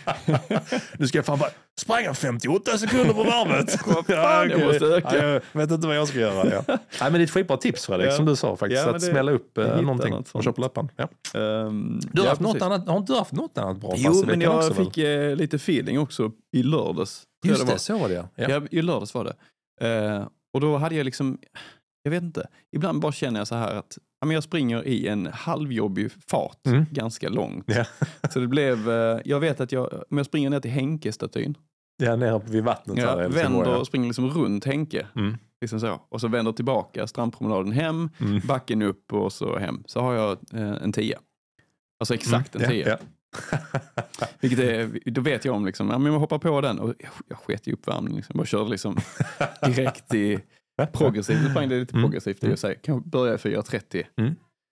Nu ska jag fan bara spränga femtioåtta sekunder på varvet. ja, okay. Jag måste öka. Ja, jag vet inte vad jag ska göra. Ja. Nej, men det är ett skitbra tips för dig, ja. som du sa faktiskt. Ja, att det, smälla upp eh, någonting och köpa löpan. Ja. Um, du har ja, haft något annat, har inte du haft något annat bra? Jo, men jag också, fick eh, lite feeling också i lördags. Just det, det så var det ja. ja. I lördags var det. Uh, och då hade jag liksom, jag vet inte, ibland bara känner jag så här att ja, men jag springer i en halvjobbig fart mm. ganska långt. Yeah. Så det blev, uh, jag vet att jag, om jag springer ner till Henke-statyn. Ja, ner vid vattnet. Jag här, vänder och springer liksom runt Henke. Mm. Liksom så. Och så vänder tillbaka strandpromenaden hem, mm. backen upp och så hem. Så har jag eh, en tia. Alltså exakt mm. en tia. Yeah, yeah. Vilket är, då vet jag om liksom, ja, men jag hoppar på den och jag, jag sket i uppvärmning. Liksom. Jag körde liksom direkt i progressivt. Det sprang det lite progressivt. Mm. Jag säger, kan jag börja i fyra trettio. Mm.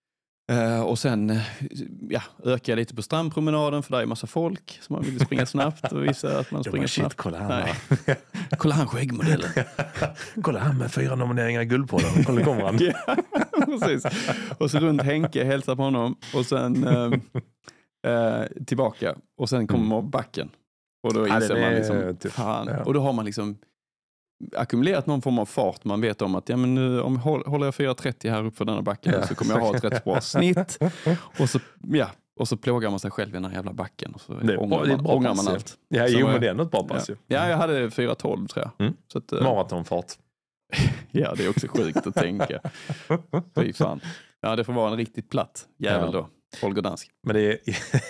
Uh, och sen ja, ökar jag lite på strandpromenaden för där är massa folk som man vill springa snabbt och visa att man springer shit, snabbt. Kolla han, kolla han skäggmodellen. Kolla han med fyra nomineringar i Guldpodden. Kolla kommer han. Ja, precis. Och så runt Henke, hälsa på honom och sen uh, uh, tillbaka och sen kommer mm. backen. Och då inser ja, man liksom typ, fan. Ja. Och då har man liksom ackumulerat någon form av fart. Man vet om att ja, men nu, om håller jag fyra trettio här upp för denna backen ja. så kommer jag ha ett rätt bra snitt. Och så, ja, och så plågar man sig själv i den här jävla backen. Och så det ångrar man, bra ångrar man allt. Ja, jo, men det är något bra pass ja. ja, jag hade fyra tolv tror jag. Mm. Så att, maratonfart. Ja, det är också sjukt att tänka. Fy fan. Ja, det får vara en riktigt platt jävel ja. då. Holger Dansk. Men det är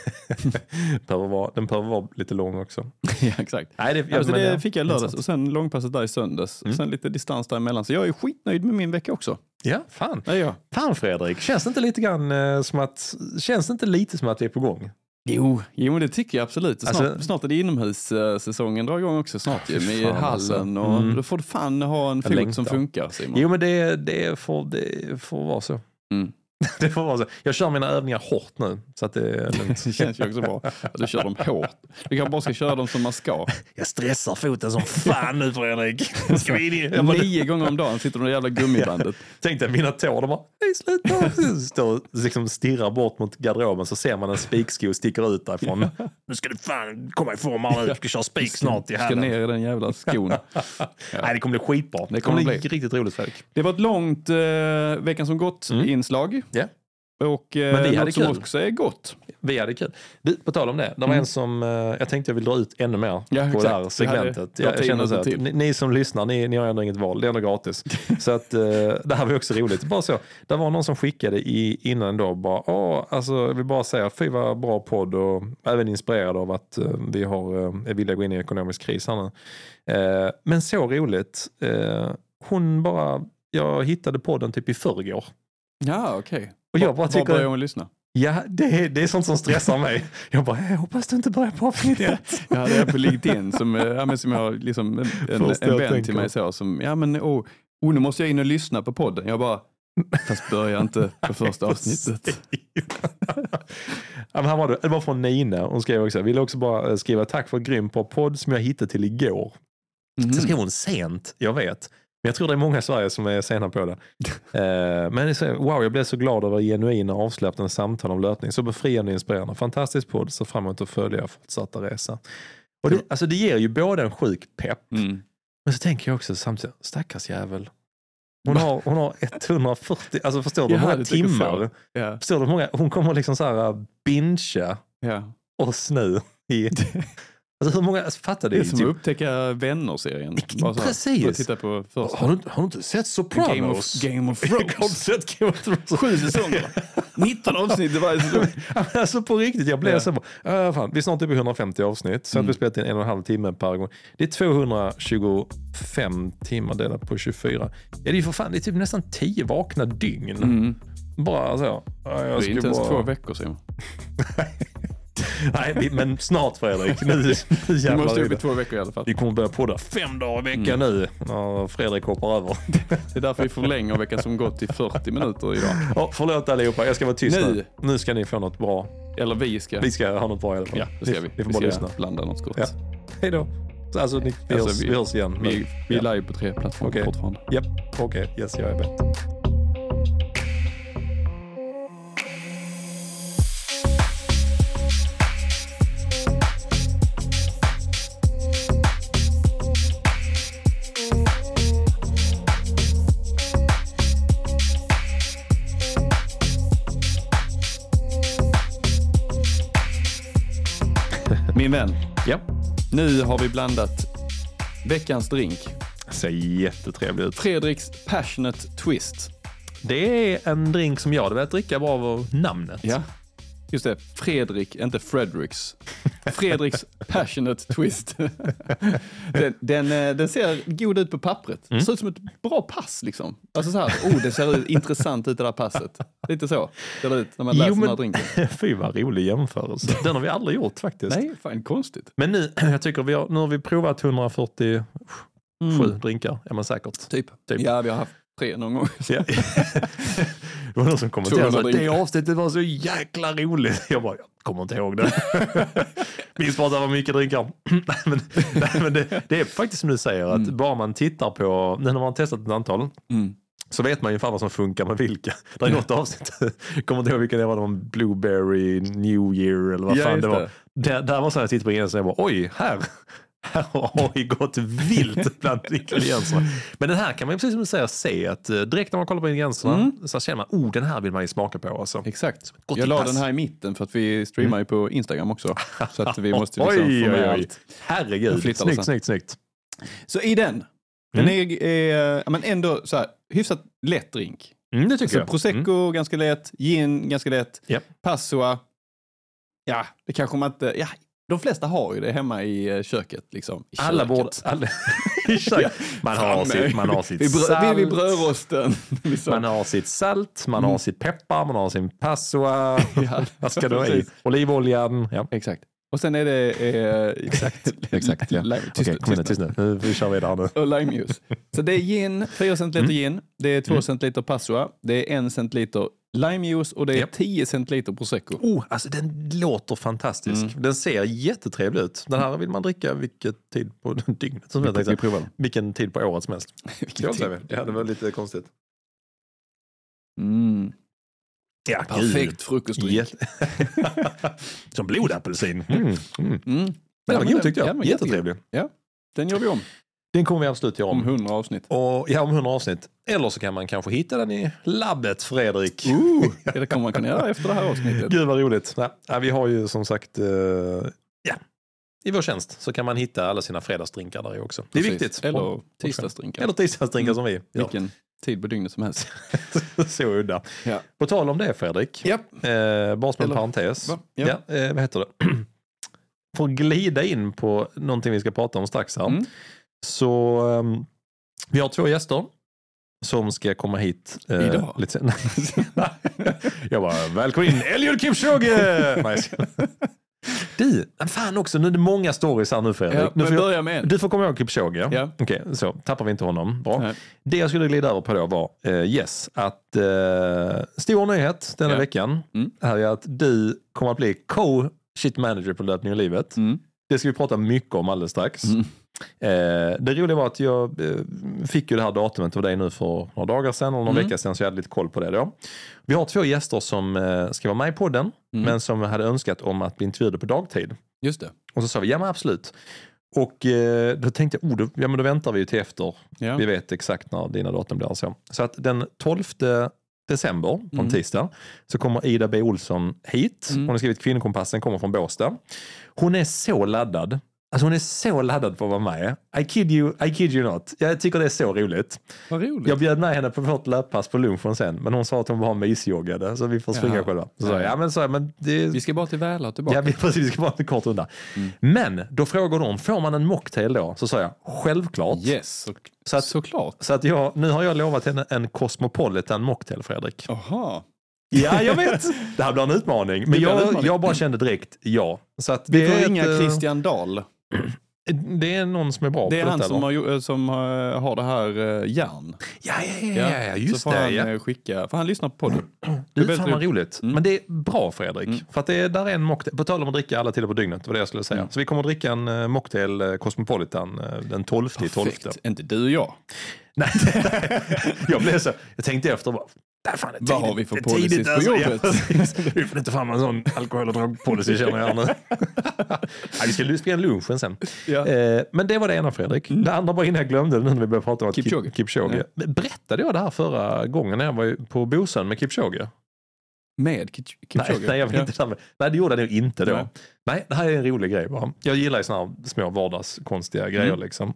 behöver vara, den behöver vara lite lång också. Ja, exakt. Nej, det, alltså, det ja, fick jag lördags och sen långpasset där i söndags. Mm. Och sen lite distans däremellan. Så jag är skitnöjd med min vecka också. Ja, fan. Ja, ja. Fan Fredrik, känns det inte lite grann eh, som att känns det inte lite som att vi är på gång? Jo, jo det tycker jag absolut. Snart, alltså, snart är det inomhussäsongen drar igång också snart ju, med hallen alltså. och mm. då får du fan ha en fot som funkar, Simon. Jo, men det, det, får, det får vara så. Mm. Det får vara så. Jag kör mina övningar hårt nu så att det är lugnt. Det känns ju också bra att du kör dem hårt. Du kan bara ska köra dem som man ska. Jag stressar foten som fan nu Fredrik. Ska vi in i? Nio gånger om dagen sitter de i jävla gummibandet. Ja. Tänk dig mina tår, de bara nej sluta. Står liksom stirrar bort mot garderoben så ser man en spiksko sticker ut därifrån. Ja. Nu ska du fan komma i form här nu. Du ska köra spik snart i hallen. Ska ner i den jävla skon. Ja. Nej, det kommer bli skitbra. Det kommer bli riktigt roligt Fredrik. Det var ett långt eh, veckan som gått mm. inslag. Yeah. Och eh, men vi hade som kul. Också är gott. vi hade kul. Du, på tal om det, det var mm. en som, uh, jag tänkte jag vill dra ut ännu mer ja, på exakt. Det här segmentet. Jag, jag känner så att ni, ni som lyssnar, ni, ni har ändå inget val, det är ändå gratis. Så att uh, det här var också roligt. Bara så, det var någon som skickade i, innan då, bara, åh, alltså jag vill bara säga, fy vad bra podd och även inspirerad av att uh, vi har, uh, är villiga att gå in i ekonomisk kris här nu. Uh, men så roligt, uh, hon bara, jag hittade podden typ i förrgår. Ja, okej. Okay. Och jag bara tycker... Var börjar hon lyssna? Ja, det, det är sånt som stressar mig. Jag bara, jag hoppas du inte börjar på avsnittet. Ja, det är på LinkedIn som, ja, men som jag har liksom en, en, en vän till mig så som, ja men oh, oh, nu måste jag in och lyssna på podden. Jag bara, fast börjar inte på första avsnittet. Ja, men här var det, det var från Nina. Hon skrev också, jag ville också bara skriva tack för en grym på podd som jag hittade till igår. Mm. Så skrev hon sent, jag vet. Men jag tror det är många i Sverige som är sena på det. uh, men så, wow, jag blev så glad över genuina avsläppande samtal om löpning. Så befriande och inspirerande. Fantastisk podd, så fram emot att följa fortsatta resa. Och det, alltså det ger ju både en sjuk pepp. Mm. Men så tänker jag också samtidigt, stackars jävel. Hon har, hon har etthundrafyrtio, alltså förstår du hur många timmar? Yeah. Förstår du hur många, hon kommer liksom så här bingea yeah. oss nu i... Alltså hur många, alltså, fattar det? Det är som typ... att upptäcka vänner-serien. Precis. Titta på första. Har, du, har du inte sett Sopranos? Game of, Game of Thrones. Jag har inte sett Game of Thrones. Sju säsonger. nitton avsnitt i varje säsong. Alltså på riktigt, jag blev ja. så bara, uh, fan, vi är snart uppe i hundrafemtio avsnitt. Så mm. att vi spelat in en och en halv timme per gång. Det är tvåhundratjugofem timmar delat på tjugofyra. Ja, det är ju för fan, det är typ nästan tio vakna dygn. Mm. Bara så. Uh, jag det är inte ens bara... två veckor, Simon. Nej, men snart Fredrik. Nu, nu du måste upp i två veckor i alla fall. Vi kommer börja podda fem dagar i veckan mm. nu. Ja, Fredrik hoppar över. Det är därför vi förlänger veckan som gått till fyrtio minuter idag. Ja, förlåt allihopa, jag ska vara tyst nu. Nu, nu ska ni få något bra. Eller vi ska. Vi ska ha något bra i alla fall. Ja, det ska vi. Ni får vi bara ska lyssna. Blanda något gott. Ja. Hej då. Alltså, ni, vi, alltså, hörs, vi, vi hörs igen. Vi, vi är ja. live på tre plattformar okay. fortfarande. Japp, okej. Okay. Yes, jag är bättre. Min vän, ja. Nu har vi blandat veckans drink. Det ser jättetrevligt ut. Fredriks Passionate Twist. Det är en drink som jag hade velat dricka bara av namnet. Ja, just det. Fredrik, inte Fredericks. Fredriks Passionate Twist. den, den, den ser god ut på pappret. Mm. Det ser ut som ett bra pass liksom. Alltså så här, oh, det ser intressant ut det där passet. Lite så ser det ut när man läser jo, men, den här drinken. Fy vad rolig jämförelse. Den har vi aldrig gjort faktiskt. Nej, fan konstigt. Men nu, jag tycker vi har, nu har vi provat hundrafyrtiosju mm. drinkar. Ja men säkert. Typ. typ. Ja, vi har haft tre någon gång. Ja. Det var någon som kommenterade att det avsnittet var så jäkla roligt. Jag bara, jag kommer inte ihåg det. Minns bara att det var mycket drinkar. men men det, det är faktiskt som du säger, att mm. bara man tittar på, när man har testat ett antal, mm. så vet man ju fan vad som funkar med vilka. Det är något avsnitt, jag kommer inte ihåg vilka det var, någon Blueberry New Year eller vad ja, fan det var. Det. Där, där var så här, jag tittade på ingredienserna och jag bara, oj, här... Här har ju gått vilt bland ingredienserna. Men den här kan man ju precis som du säger se att direkt när man kollar på ingredienserna mm. så känner man, oh den här vill man ju smaka på. Alltså. Exakt. Jag la den här i mitten för att vi streamar mm. ju på Instagram också. Så att vi måste liksom oj, få med oj, oj. allt. Herregud, snyggt, snyggt, snyggt. Så i den, den mm. är, är men ändå så här, hyfsat lätt drink. Mm, det tycker alltså, jag. Prosecco mm. ganska lätt, gin ganska lätt, yep. Passoa, ja det kanske man inte, ja de flesta har ju det hemma i köket liksom. I alla borde alla ja, man har sitt man har sitt vi brö, salt. Vi, vi brödrosten. Man har sitt salt, man mm. har sitt peppar, man har sin passoa. Ja, vad ska du ha i? Olivoljan. Ja, exakt. Och sen är det eh, exakt exakt ja. Okej, okay, kom igen tyst nu. Nu vi kör vidare nu. Och limejuice. Så det är gin, fyra centiliter mm. gin, det är två mm. centiliter passoa, det är en centiliter limejuice och det är yep. tio centiliter prosecco. Oh, alltså den låter fantastisk. Mm. Den ser jättetrevlig ut. Den här vill man dricka vilket tid på dygnet som vi, vi provar. Vilken tid på året som helst. Vilken tid? Ja, det var lite konstigt. Mm. Ja, perfekt gud. Frukostdrink. Som blodapelsin. Mm. Mm. Mm. Men den var god tyckte jag. Ja, jättetrevlig. Ja, den gör vi om. Den kommer vi absolut göra om. Om hundra avsnitt. Och, ja, om hundra avsnitt. Eller så kan man kanske hitta den i labbet, Fredrik. Uh, ja, det kommer man kunna göra efter det här avsnittet. Gud vad roligt. Ja, vi har ju som sagt, uh, ja, i vår tjänst så kan man hitta alla sina fredagsdrinkar där också. Det är Precis. viktigt. Eller tisdagsdrinkar. Eller tisdagsdrinkar mm. som vi. Ja. Vilken tid på dygnet som helst. Så udda. Ja. På tal om det, Fredrik. Ja. Eh, bara som en parentes. Va? Ja. Ja, eh, vad heter det? För att glida in på någonting vi ska prata om strax här. Mm. Så um, vi har två gäster som ska komma hit. Eh, Idag? Lite jag bara, välkommen in Eliud Kipchoge! Du, fan också, nu är det många stories här nu Fredrik. Ja, nu får börja med en. Du får komma ihåg Kipchoge. Ja. Okej, okay, så tappar vi inte honom. Bra. Nej. Det jag skulle glida över på då var, uh, yes, att uh, stor nyhet denna ja. veckan mm. är att du kommer att bli co-shit manager på Löpning och livet. Mm. Det ska vi prata mycket om alldeles strax. Mm. Eh, det roliga var att jag eh, fick ju det här datumet av dig nu för några dagar sedan eller någon mm. vecka sedan, så jag hade lite koll på det då. Vi har två gäster som eh, ska vara med i podden mm. men som hade önskat om att bli intervjuade på dagtid. Just det. Och så sa vi, ja men absolut. Och eh, då tänkte jag, oh, då, ja men då väntar vi ju till efter. Ja. Vi vet exakt när dina datum blir så. Så att den tolfte december, på en mm. tisdag, så kommer Ida B. Olsson hit. Mm. Hon har skrivit Kvinnokompassen, kommer från Båstad. Hon är så laddad. Alltså hon är så laddad på att vara med. I kid you, I kid you not. Jag tycker det är så roligt. Vad roligt. Jag bjöd med henne på vårt löppass på lunchen sen. Men hon sa att hon var mysjoggade. Så vi får springa själva. Så ja. Ja, men så, men det... Vi ska bara till Väla och tillbaka. Ja, vi, precis, vi ska bara en kort runda. Mm. Men då frågar de, får man en mocktail då? Så sa jag, självklart. Yes, så, så att, såklart. Så att jag, nu har jag lovat henne en Cosmopolitan mocktail, Fredrik. Aha. Ja, jag vet. Det här blir en utmaning. Men jag, utmaning. jag bara kände direkt ja. Så att vi får ringa ett, Christian Dahl. Det är någon som är bra det är på han detta, som, har, som har det här uh, järn. Ja, ja, ja, ja, just så får det. Han ja. skicka, för han lyssnar på det. Det är fan vad roligt. Mm. Men det är bra, Fredrik. Mm. För att det är, där är en mocktail. På tal om att dricka alla tider på dygnet, det var det jag skulle säga. Mm. Så vi kommer att dricka en uh, mocktail uh, Cosmopolitan uh, den tolfte tolfte. Inte du och jag. Nej, jag blev så. Jag tänkte efter bara, där fan är tidigt, vad har vi för policy på alltså. jobbet? Ja, vi får inte fram en sån alkohol- och drogpolicy känner jag nu. Ja, vi ska spela lunchen sen. Ja. Eh, men det var det ena, Fredrik. Mm. Det andra var innan jag glömde nu när vi började prata om Kipchoge. Kipchoge. Ja. Berättade jag det här förra gången när jag var på Bosön med Kipchoge? Med Kipchoge? Nej, nej, jag vet inte. Ja. Nej, det gjorde jag inte då. Nej. nej, det här är en rolig grej bara. Jag gillar ju såna här små vardagskonstiga grejer mm. liksom.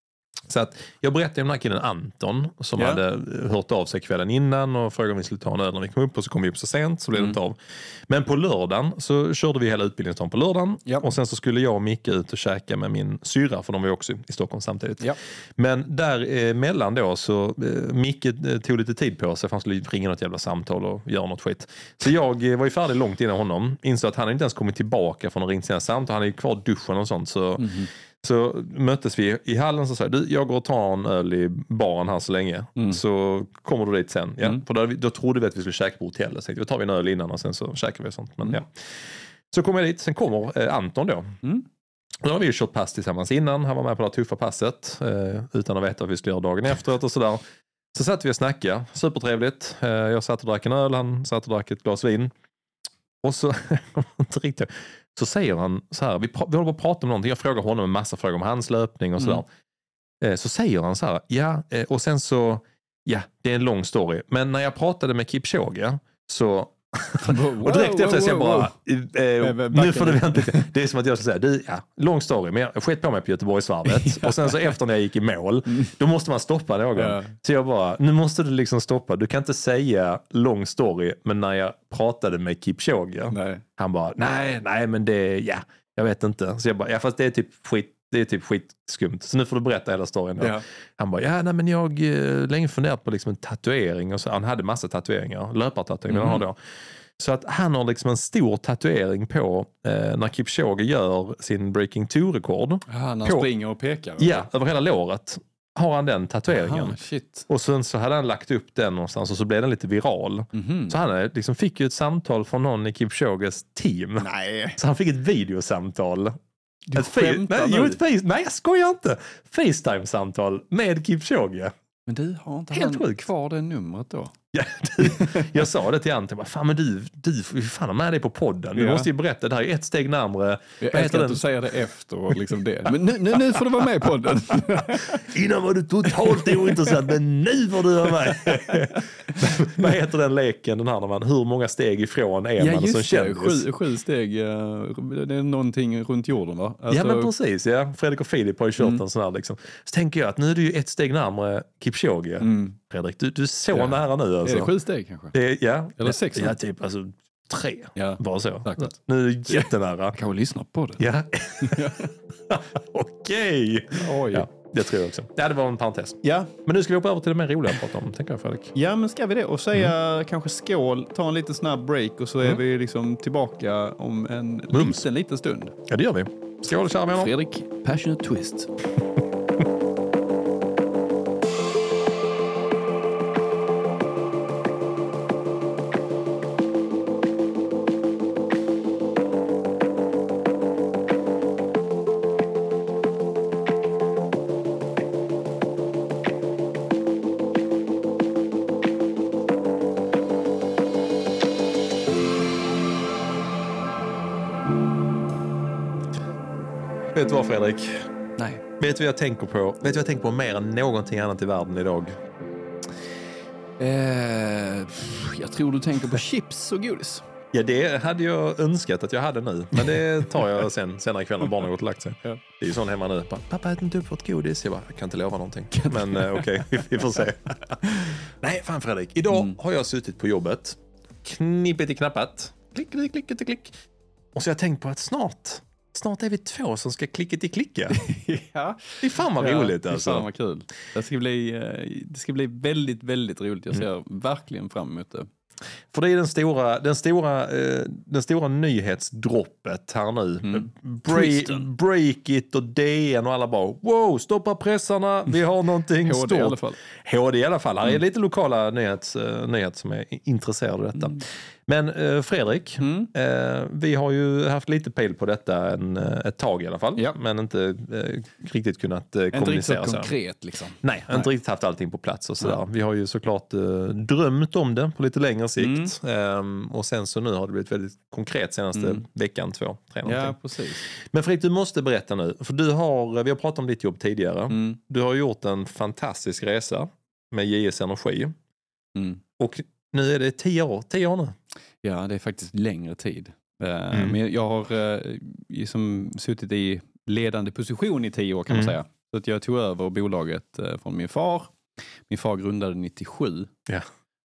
Så att jag berättade om den här killen Anton som yeah. hade hört av sig kvällen innan och frågade om vi skulle ta en öl när vi kom upp, och så kom vi upp så sent så blev det mm. inte av. Men på lördagen så körde vi hela utbildningsdagen på lördagen yeah. och sen så skulle jag och Micke ut och käka med min syra, för de var ju också i Stockholm samtidigt. Yeah. Men däremellan då så eh, Micke tog lite tid på sig för han skulle ringa något jävla samtal och göra något skit. Så jag eh, var ju färdig långt innan honom, insåg att han inte ens kommit tillbaka från att ringa sina samtal, han är ju kvar i duschen och sånt så mm. Så möttes vi i hallen och sa du, jag går och tar en öl i baren här så länge. Mm. Så kommer du dit sen. Ja? Mm. För då, då trodde vi att vi skulle käka på hotellet. Så då tar vi en öl innan och sen så käkar vi och sånt. Men, mm. ja. Så kommer jag dit. Sen kommer eh, Anton då. Mm. Då har vi ju kört pass tillsammans innan. Han var med på det här tuffa passet. Eh, utan att veta vad vi skulle göra dagen efteråt och sådär. Så satt vi och snackade. Supertrevligt. Eh, jag satt och drack en öl. Han satt och drack ett glas vin. Och så... inte riktigt... Så säger han så här, vi, pra- vi håller på att prata om någonting, jag frågar honom en massa frågor om hans löpning och sådär. Mm. Eh, så säger han så här, ja, eh, och sen så, ja, det är en lång story. Men när jag pratade med Kipchoge så, wow, och direkt wow, efter så jag bara, wow. eh, nu får du vänta lite. Det är som att jag ska säga, du, ja, lång story, men jag skett på mig på Göteborgsvarvet. ja. Och sen så efter när jag gick i mål, mm. då måste man stoppa någon. Ja. Så jag bara, nu måste du liksom stoppa, du kan inte säga lång story, men när jag pratade med Kipchoge, nej. Han bara, nej, nej, men det, ja, jag vet inte. Så jag bara, ja, fast det är typ skit. Det är typ skitskumt. Så nu får du berätta hela storyn. Ja. Han bara, ja nej men jag eh, länge funderat på liksom en tatuering. Och så, han hade massa tatueringar. Löpartatueringar mm. han har då. Så att han har liksom en stor tatuering på eh, när Kipchoge gör sin Breaking two-rekord. Ja, när han springer och pekar. Ja, eller? Över hela låret har han den tatueringen. Aha, shit. Och sen så hade han lagt upp den någonstans och så blev den lite viral. Mm-hmm. Så han liksom fick ju ett samtal från någon i Kipchoges team. Nej. Så han fick ett videosamtal. Du ett skämtar fa- nej, ett face- nej, jag skojar inte. FaceTime-samtal med Kipchoge. Men du har inte helt han sjukt. Kvar det numret då? Ja, du, jag sa det till Anton, bara, fan men du, du får ju fan ha med dig på podden. Du ja. måste ju berätta, det här är ett steg närmare. Jag älskar att du säger det efter liksom det. Men nu, nu, nu får du vara med på podden. Innan var du totalt ointressant, men nu får du vara med. Vad heter den leken, den här när man, hur många steg ifrån är ja, man som kändis? Sju, sju steg, det är någonting runt jorden va? Alltså... Ja men precis, ja. Fredrik och Filip har ju kört mm. en sån här liksom. Så tänker jag att nu är du ju ett steg närmare Kipchoge. Mm. Fredrik, du, du är så ja. nära nu alltså. Är det sju steg kanske? Det, ja. Eller sex? Ja, typ alltså tre. Ja. Bara så. Säkert. Nu är du jättenära. Jag kan väl lyssna på det. Ja. Okej. Oj. Ja, det tror jag också. Ja, det var en parentes. Ja. Men nu ska vi hoppa över till det mer roliga att prata om, tänker jag Fredrik. Ja, men ska vi det? Och säga mm. kanske skål, ta en liten snabb break och så är mm. vi liksom tillbaka om en Mums. liten, liten stund. Ja, det gör vi. Skål, kära vänner. Fredrik, Passionate Twist. Vet du vad Fredrik? Nej. Vet du vad jag tänker på? Vet du vad jag tänker på mer än någonting annat i världen idag? Eh, jag tror du tänker på chips och godis. Ja, det hade jag önskat att jag hade nu. Men det tar jag sen, senare ikväll när barnen har gått och lagt sig. Ja. Det är ju sån hemma nu. Pappa äter inte upp vårt godis. Jag bara, jag kan inte lova någonting. Men eh, okej, okay, vi får se. Nej, fan Fredrik. Idag mm. har jag suttit på jobbet. Knippet i knappat. Klick, klick, klick, klick, klick. Och så har jag tänkt på att snart... Snart är vi två som ska klicka till klicka. Ja. Det är fan vad ja, roligt alltså. Det är fan vad kul. Det ska bli, det ska bli väldigt, väldigt roligt. Jag ser mm. verkligen fram emot det. För det är den stora, den stora, eh, den stora nyhetsdroppet här nu. Mm. Break, break it och D N och alla bara wow, stoppa pressarna, vi har någonting H D stort. I alla fall. H D i alla fall. Här mm. är lite lokala nyhets, uh, nyheter som är intresserade av detta. Mm. Men uh, Fredrik, mm. uh, vi har ju haft lite pejl på detta en, uh, ett tag i alla fall. Ja. Men inte uh, riktigt kunnat uh, kommunicera. Inte riktigt konkret liksom. Nej, Nej, inte riktigt haft allting på plats och sådär. Ja. Vi har ju såklart uh, drömt om det på lite längre sikt. Mm. Um, och sen så nu har det blivit väldigt konkret senaste mm. veckan, två, tre någonting. Ja, precis. Men Fredrik, du måste berätta nu. För du har, vi har pratat om ditt jobb tidigare. Mm. Du har gjort en fantastisk resa med J S Energi. Mm. Och nu är det tio år, tio år nu. Ja, det är faktiskt längre tid. Mm. Men jag har liksom suttit i ledande position i tio år kan man mm. säga. Så att jag tog över bolaget från min far. Min far grundade nittiosju. Ja.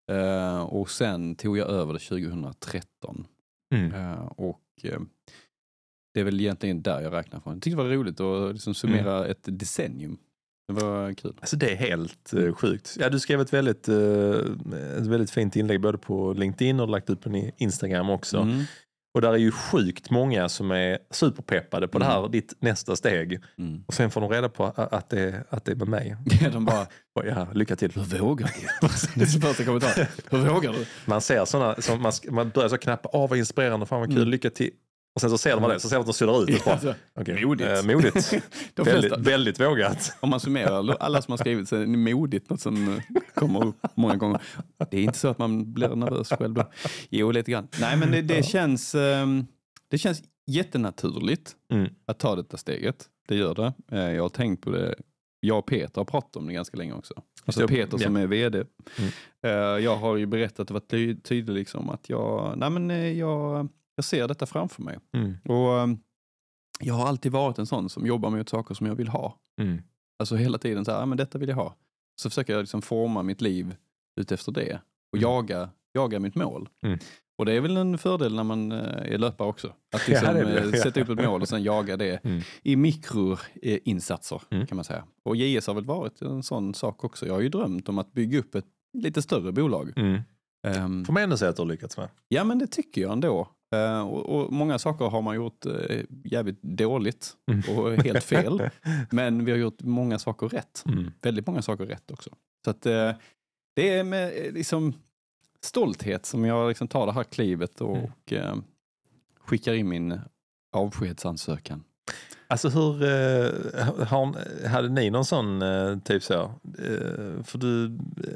Och sen tog jag över det tjugohundratretton. Mm. Och det är väl egentligen där jag räknar från. Jag tyckte det var roligt att liksom summera mm. ett decennium. Det var kul. Alltså det är helt uh, sjukt. Ja, du skrev ett väldigt, uh, ett väldigt fint inlägg både på LinkedIn och lagt upp på Instagram också. Mm. Och där är ju sjukt många som är superpeppade på mm. det här, ditt nästa steg. Mm. Och sen får de reda på att det, att det är med mig. Ja, de bara, ja, lycka till. Hur vågar du? Det är så första kommentar. Hur vågar du? Man ser sådana, som man, man börjar så knappa, åh vad inspirerande, fan vad kul, mm. lycka till. Och sen så ser man det, så ser man att de suddar ut. Ja, alltså, okay. Modigt. Eh, modigt. väldigt, väldigt vågat. Om man summerar alla som har skrivit så är det modigt, något som kommer upp många gånger. Det är inte så att man blir nervös själv då. Jo, lite grann. Nej, men det, det, känns, det känns jättenaturligt mm. att ta detta steget. Det gör det. Jag har tänkt på det. Jag och Peter har pratat om det ganska länge också. Alltså Peter som ja. är vd. Mm. Jag har ju berättat och varit ty- tydlig liksom att jag, nej men jag... Jag ser detta framför mig. Mm. Och um, jag har alltid varit en sån som jobbar med saker som jag vill ha. Mm. Alltså hela tiden så här, ah, men detta vill jag ha. Så försöker jag liksom forma mitt liv ut efter det. Och mm. jaga, jaga mitt mål. Mm. Och det är väl en fördel när man uh, är löpare också. Att liksom, ja, uh, sätta upp ett mål och sen jaga det mm. i mikroinsatser uh, mm. kan man säga. Och J S har väl varit en sån sak också. Jag har ju drömt om att bygga upp ett lite större bolag. Mm. Um, Får man ändå säga att du har lyckats med? Ja, men det tycker jag ändå. Uh, och, och många saker har man gjort uh, jävligt dåligt och helt fel. Men vi har gjort många saker rätt. Mm. Väldigt många saker rätt också. Så att uh, det är med liksom stolthet som jag liksom tar det här klivet och, mm. och uh, skickar in min avskedsansökan. Alltså hur, uh, har, hade ni någon sån uh, typ så? Uh, för du, uh,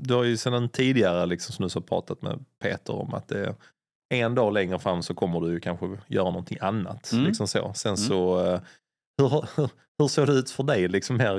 du har ju sedan tidigare liksom, som du har pratat med Peter om att det är en dag längre fram så kommer du ju kanske göra någonting annat. Mm. Liksom så. Sen mm. så, hur, hur, hur såg det ut för dig liksom här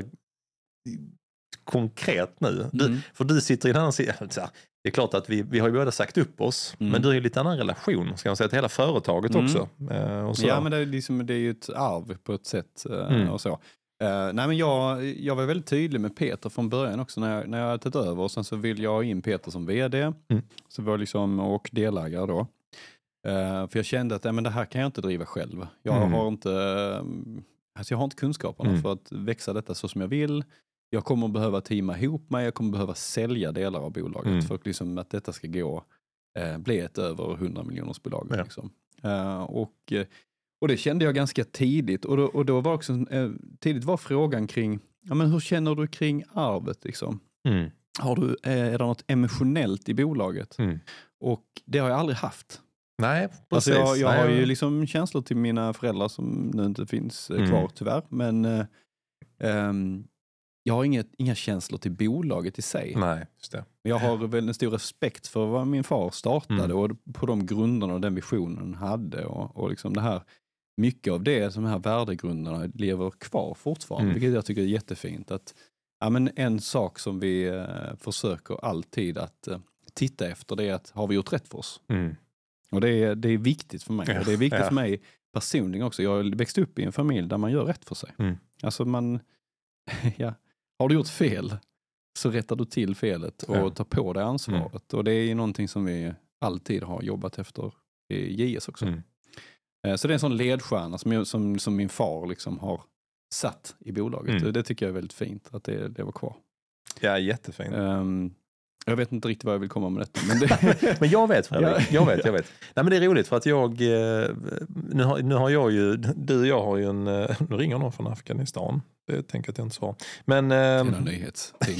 konkret nu? Du, mm. För du sitter i en annan sida. Det är klart att vi, vi har ju båda sagt upp oss, mm. men du har ju lite annan relation, ska man säga, till hela företaget mm. också. Uh, och så. Ja, men det är, liksom, det är ju ett arv på ett sätt uh, mm. och så. Uh, nej, men jag, jag var väldigt tydlig med Peter från början också när jag, när jag hade tagit över. Och sen så vill jag ha in Peter som vd mm. så var liksom, och delägare då. Uh, för jag kände att nej, men det här kan jag inte driva själv. Jag mm. har inte uh, alltså jag har inte kunskaperna mm. för att växa detta så som jag vill. Jag kommer behöva teama ihop mig. Jag kommer behöva sälja delar av bolaget mm. för att, liksom, att detta ska gå eh, bli ett över hundra miljoners bolag. Ja. Liksom. Uh, och, och det kände jag ganska tidigt. Och då, och då var också eh, tidigt var frågan kring ja, men hur känner du kring arvet? Liksom? Mm. Har du, eh, är det något emotionellt i bolaget? Mm. Och det har jag aldrig haft. Nej, precis. Alltså jag, jag Nej, har ju liksom känslor till mina föräldrar som nu inte finns eh, kvar mm. tyvärr. Men eh, um, jag har inget, inga känslor till bolaget i sig. Nej, just det. Jag har väl en stor respekt för vad min far startade mm. och på de grunderna och den visionen han hade. Och, och liksom det här, mycket av det, som de här värdegrunderna lever kvar fortfarande. Mm. Vilket jag tycker är jättefint. Att, ja, men en sak som vi eh, försöker alltid att eh, titta efter, det är att har vi gjort rätt för oss? Mm. Och det är, det är viktigt för mig. Ja, och det är viktigt ja. för mig personligen också. Jag växte upp i en familj där man gör rätt för sig. Mm. Alltså man... ja, har du gjort fel så rättar du till felet och ja. tar på dig ansvaret. Mm. Och det är ju någonting som vi alltid har jobbat efter i J S också. Mm. Så det är en sån ledstjärna som, jag, som, som min far liksom har satt i bolaget. Mm. Det tycker jag är väldigt fint att det, det var kvar. Ja, jättefint. Um, jag vet inte riktigt vad jag vill komma med detta. Men, det... men jag vet, Fredrik. Jag vet, jag vet. Nej, men det är roligt för att jag... Nu har, nu har jag ju... Du och jag har ju en... Nu ringer någon från Afghanistan. Det tänker jag att jag inte svarar. Men... Det är någon nyhetstidning.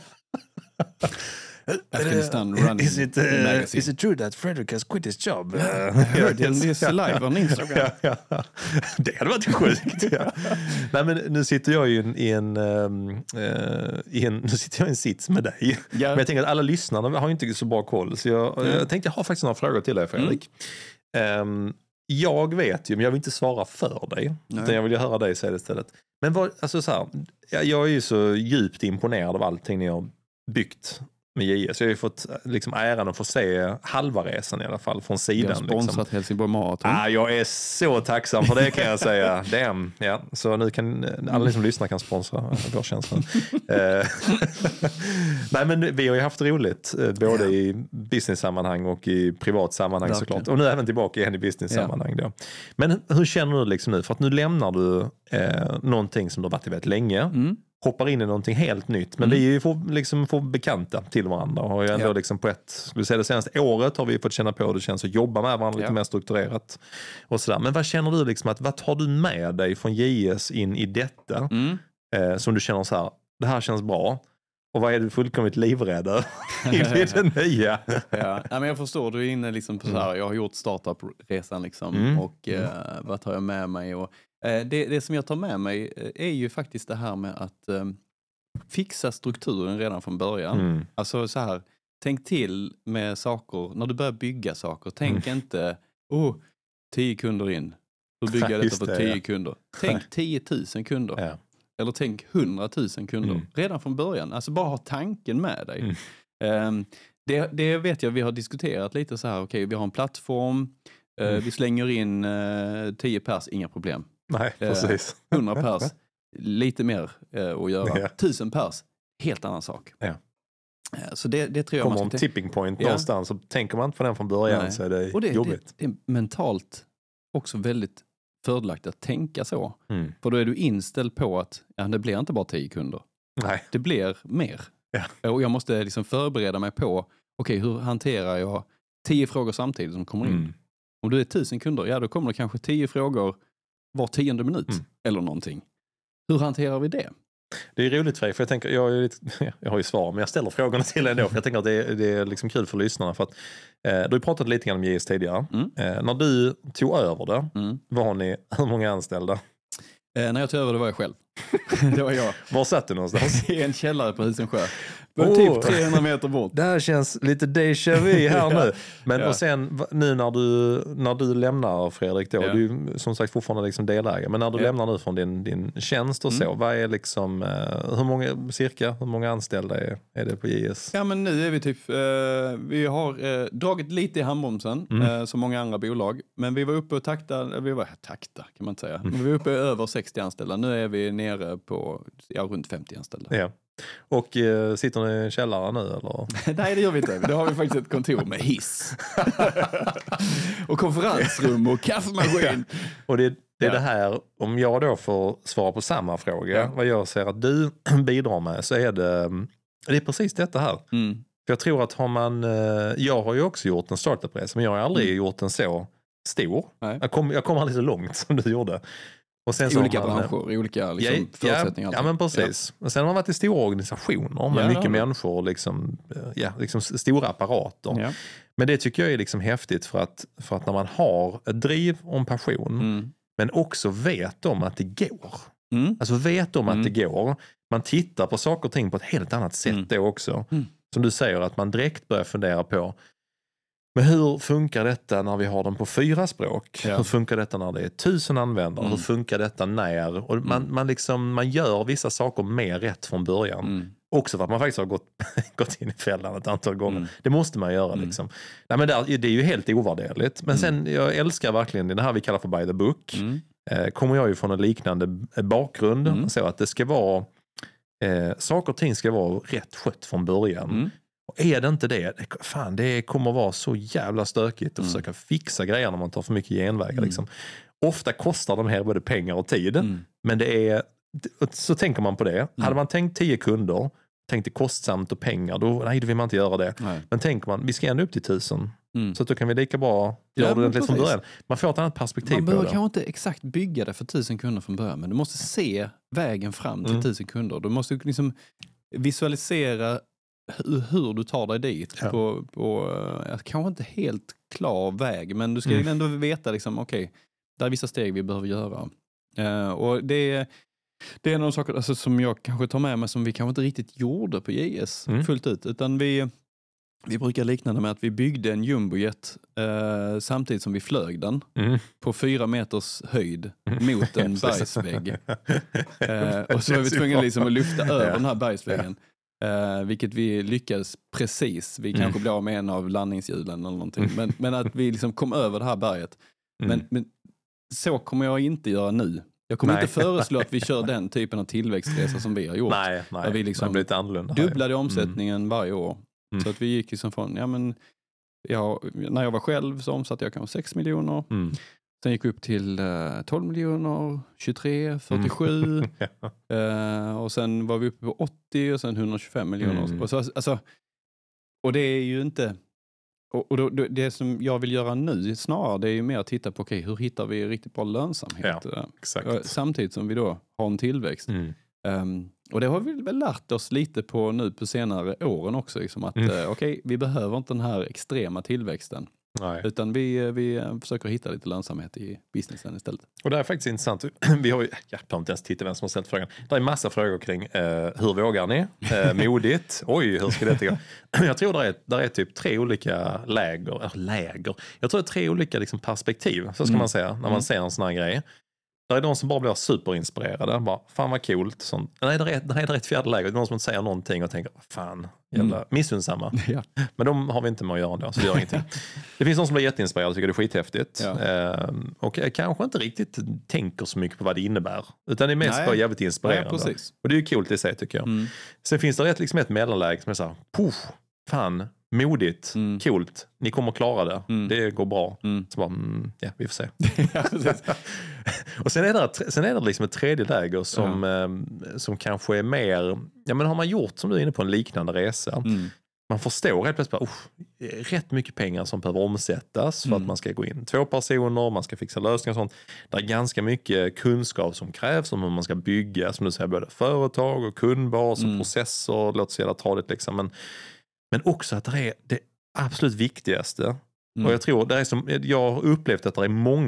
Afghanistan running is it, uh, is it true that Fredrik has quit his job? Uh, I heard yes. this live on Instagram. ja, ja. Det hade varit sjukt. Ja. Nej, men nu sitter jag i en, i en, um, uh, i en nu sitter jag i en sits med dig. Ja. Men jag tänker att alla lyssnarna har inte så bra koll. Så jag, mm. jag tänkte jag har faktiskt några frågor till dig, Fredrik. Mm. Um, jag vet ju, men jag vill inte svara för dig. Nej. Utan jag vill ju höra dig säga det istället. Men vad, alltså så här, jag, jag är ju så djupt imponerad av allting ni har byggt med J S. Jag har ju fått liksom äran att få se halva resan i alla fall från sidan. Jag har sponsrat liksom. Helsingborg Marathon. Ah, jag är så tacksam för det kan jag säga. Damn. Ja. Så nu kan alla som lyssnar kan sponsra vår tjänsten. Nej, men vi har ju haft roligt både ja. i business-sammanhang och i privat sammanhang Verkligen. såklart. Och nu även tillbaka igen i business-sammanhang. Ja. Då. Men hur känner du liksom nu? För att nu lämnar du eh, någonting som du har varit i väldigt länge. Mm. Hoppar in i någonting helt nytt. Men mm. vi är ju för, liksom, för bekanta till varandra. Och har ju ändå ja. liksom på ett, skulle säga det senaste året har vi fått känna på hur det känns att jobba med varandra ja. lite mer strukturerat. Och sådär. Men vad känner du liksom att, vad tar du med dig från J S in i detta? Mm. Eh, som du känner så här, det här känns bra. Och vad är du fullkomligt livrädd i det nya? ja. ja, men jag förstår, du är inne liksom på så här, jag har gjort startup-resan liksom. Mm. Och eh, vad tar jag med mig? Och Det, det som jag tar med mig är ju faktiskt det här med att um, fixa strukturen redan från början. Mm. Alltså så här, tänk till med saker, när du börjar bygga saker, tänk mm. inte, oh, tio kunder in. Hur bygger jag detta för det, tio ja. kunder? Tänk tio tusen kunder. Ja. Eller tänk hundratusen kunder. Mm. Redan från början. Alltså bara ha tanken med dig. Mm. Um, det, det vet jag, vi har diskuterat lite så här, okej, okay, vi har en plattform, uh, mm. vi slänger in uh, tio pers, inga problem. Nej, precis. Eh, hundra pers, lite mer eh, att göra. Ja. Tusen pers, helt annan sak. Ja. Eh, så det, det tror jag kommer man ska en tipping point ja. någonstans, så tänker man inte på den från början. Nej. Så är det, och det jobbigt. Det, det är mentalt också väldigt fördelaktigt att tänka så. Mm. För då är du inställd på att ja, det blir inte bara tio kunder. Nej. Det blir mer. Ja. Och jag måste liksom förbereda mig på, okej, okay, hur hanterar jag tio frågor samtidigt som kommer in? Mm. Om du är tusen kunder, ja då kommer det kanske tio frågor var tionde minut mm. eller någonting. Hur hanterar vi det? Det är roligt för, för jag tänker, jag, är lite, jag har ju svar, men jag ställer frågorna till dig ändå, för jag tänker att det är, det är liksom kul för lyssnarna. För att, eh, du har ju pratat lite grann om J S tidigare. Mm. Eh, när du tog över det, mm. var ni hur många anställda? Eh, när jag tog över det var jag själv. Det var jag. Var satt du någonstans? I en källare på Hisensjö. Oh, typ trehundra meter bort. Det här känns lite déjà vu här nu. Men ja. Och sen nu när du, när du lämnar Fredrik då, ja. du är som sagt fortfarande liksom delägare. Men när du ja. lämnar nu från din, din tjänst och så, mm. vad är liksom, hur många, cirka, hur många anställda är, är det på J S? Ja men nu är vi typ, eh, vi har eh, dragit lite i handbromsen, mm. eh, som många andra bolag. Men vi var uppe och takta, vi var takta kan man inte säga. Mm. Vi var uppe över sextio anställda, nu är vi nere på ja, runt femtio anställda. Ja. Och eh, sitter ni i en källare nu eller? Nej det gör vi inte, då har vi faktiskt ett kontor med hiss. Och konferensrum och kaffemaskin. Och det, det är ja. det här, om jag då får svara på samma fråga, ja. vad jag ser att du bidrar med, så är det, det är precis detta här. Mm. För jag tror att har man, jag har ju också gjort en startup-resa, men jag har aldrig mm. gjort en så stor. Nej. Jag kom, jag kom aldrig så långt som du gjorde. Och sen I olika man, branscher, olika liksom, ja, förutsättningar. Ja, men precis. Ja. Och sen har man varit i stora organisationer med ja, mycket ja. människor, liksom, ja, liksom stora apparater. Ja. Men det tycker jag är liksom häftigt för att, för att när man har ett driv och en passion, mm. men också vet om att det går. Mm. Alltså vet om mm. att det går. Man tittar på saker och ting på ett helt annat sätt mm. då också. Mm. Som du säger, att man direkt börjar fundera på, men hur funkar detta när vi har den på fyra språk? Ja. Hur funkar detta när det är tusen användare? Mm. Hur funkar detta när? Och man, mm. man, liksom, man gör vissa saker mer rätt från början. Mm. Också för att man faktiskt har gått, gått in i fällan ett antal gånger. Mm. Det måste man göra. Mm. Liksom. Nej, men det, det är ju helt ovärderligt. Men sen, jag älskar verkligen det här vi kallar för by the book. Mm. Eh, kommer jag ju från en liknande bakgrund. Mm. Så att det ska vara, eh, saker och ting ska vara rätt skött från början. Mm. Och är det inte det, fan, det kommer vara så jävla stökigt att mm. försöka fixa grejer när man tar för mycket genvägar. Mm. Liksom. Ofta kostar de här både pengar och tid. Mm. Men det är, så tänker man på det. Mm. Hade man tänkt tio kunder, tänkt det kostsamt och pengar, då, nej, då vill man inte göra det. Nej. Men tänker man, vi ska ändå upp till tusen. Mm. Så att då kan vi lika bra göra ja, det lite från början. Man får ett annat perspektiv man på det. Man behöver kanske inte exakt bygga det för tusen kunder från början, men du måste se vägen fram till mm. tusen kunder. Du måste liksom visualisera hur du tar dig dit ja. på, på uh, kanske inte helt klar väg, men du ska mm. ändå veta liksom, okej, okay, det är vissa steg vi behöver göra. Uh, och det, det är en av de saker alltså, som jag kanske tar med mig som vi kanske inte riktigt gjorde på J S mm. fullt ut, utan vi, vi brukar likna det med att vi byggde en jumbojet uh, samtidigt som vi flög den mm. på fyra meters höjd mot en bergsvägg. uh, och så var vi tvungna liksom att lyfta över ja. den här bergsväggen. Uh, vilket vi lyckades precis. Vi mm. kanske blev av med en av landningshjulen eller någonting. Mm. Men, men att vi liksom kom över det här berget. Mm. Men, men så kommer jag inte göra nu. Jag kommer nej. inte föreslå att vi kör den typen av tillväxtresa som vi har gjort. Nej, nej. Där vi liksom det blir annorlunda. Dubblade omsättningen mm. varje år. Mm. Så att vi gick liksom från, ja men, jag, när jag var själv så omsatte jag kanske sex miljoner. Mm. Sen gick vi upp till uh, tolv miljoner, tjugotre, fyrtiosju. Mm. ja. uh, och sen var vi uppe på åttio och sen etthundratjugofem miljoner. Mm. Och, så, alltså, och det är ju inte... Och, och då, det som jag vill göra nu snarare, det är ju mer att titta på okay, hur hittar vi riktigt bra lönsamhet. Ja, exakt. Uh, samtidigt som vi då har en tillväxt. Mm. Um, och det har vi väl lärt oss lite på nu på senare åren också. Liksom att mm. uh, okej, okay, vi behöver inte den här extrema tillväxten. Nej. Utan vi, vi försöker hitta lite lönsamhet i businessen istället. Och det är faktiskt intressant. Vi har ju, jag kan inte ens titta vem som har ställt frågan. Det är en massa frågor kring eh, hur vågar ni? Eh, modigt. Oj, hur ska det gå? Jag tror det är, det är typ tre olika läger. Eller läger. Jag tror det är tre olika liksom, perspektiv, så ska mm. man säga, när man mm. ser en sån här grej. Det är de som bara blir superinspirerade. Bara, fan vad coolt. Sånt. Nej, det är, det är ett fjärde läge. Det är någon som inte säger någonting och tänker, fan, jävla mm. missunnsamma. Ja. Men de har vi inte med att göra ändå, så det gör ingenting. Det finns någon som blir jätteinspirerad och tycker det är skithäftigt. Ja. Ehm, och kanske inte riktigt tänker så mycket på vad det innebär. Utan det är mest bara jävligt inspirerande. Nej, precis. Och det är ju coolt i sig tycker jag. Mm. Sen finns det rätt liksom ett mellanläge som är så här, puff, fan, modigt, mm. coolt, ni kommer klara det, mm. det går bra. Mm. Så bara, mm, ja, vi får se. Och sen är det, sen är det liksom ett tredje läger som, mm. eh, som kanske är mer, ja men har man gjort som du är inne på en liknande resa, mm. man förstår rätt plötsligt bara, rätt mycket pengar som behöver omsättas för mm. att man ska gå in två personer, man ska fixa lösningar och sånt. Det är ganska mycket kunskap som krävs om hur man ska bygga, som du säger, både företag och kundbas och mm. processer, låt säga tradigt liksom, men Men också att det är det absolut viktigaste. Mm. Och jag tror, det är som, jag har upplevt att det är många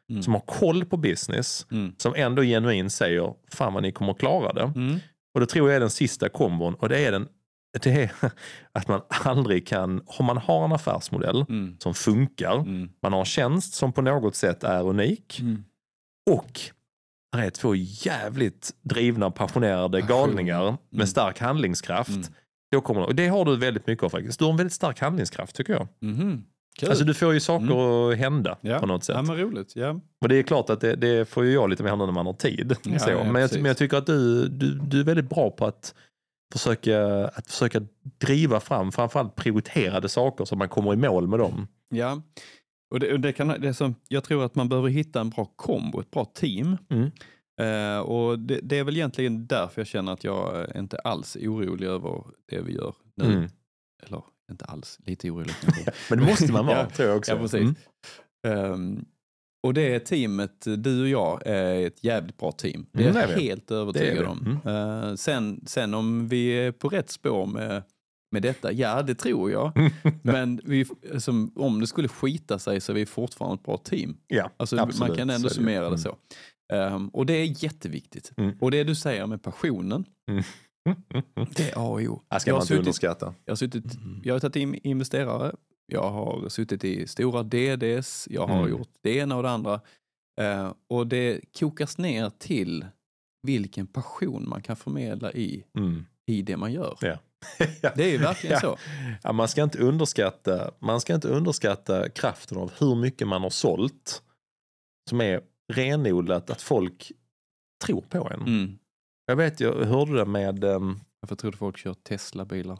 mm. som har koll på business, mm. som ändå genuint säger, fan vad ni kommer att klara det. Mm. Och det tror jag är den sista kombon, och det är den det är att man aldrig kan, om man har en affärsmodell mm. som funkar, mm. man har en tjänst som på något sätt är unik mm. och det är två jävligt drivna, passionerade galningar mm. med stark handlingskraft. Mm. Då kommer, och det har du väldigt mycket av faktiskt. Du har en väldigt stark handlingskraft tycker jag. Mm. Alltså du får ju saker mm. att hända ja. på något sätt. Ja, men roligt. Ja. Och det är klart att det, det får ju jag lite mer när man har tid. Ja, så. Ja, men, jag, men jag tycker att du, du, du är väldigt bra på att försöka, att försöka driva fram framförallt prioriterade saker så man kommer i mål med dem. Ja, och det, och det kan, det är som, jag tror att man behöver hitta en bra kombo, ett bra team. Mm. Uh, och det, det är väl egentligen därför jag känner att jag inte alls är orolig över det vi gör nu. Mm. Eller inte alls, lite orolig. Men det måste man vara, ja, tror jag också. Ja, precis. Mm. Um, och det teamet, du och jag, är ett jävligt bra team. Det är mm, jag helt övertygad om. Mm. Uh, sen, sen om vi är på rätt spår med, med detta, ja det tror jag. Men vi, alltså, om det skulle skita sig så är vi fortfarande ett bra team. Ja, alltså, absolut. Man kan ändå så summera det, mm. så. Um, och det är jätteviktigt. Mm. Och det du säger med passionen, mm. det är A och O. Jag ska jag man inte underskatta. Jag har, suttit, mm. jag har tagit in investerare, jag har suttit i stora D Ds, jag har mm. gjort det ena och det andra. Uh, och det kokas ner till vilken passion man kan förmedla i, mm. i det man gör. Ja. Det är ju verkligen ja. så. Ja, man ska inte underskatta, man ska inte underskatta kraften av hur mycket man har sålt som är renodlat att folk tror på en. Mm. Jag vet, jag hörde det med... Um... Varför tror du folk kör Tesla-bilar?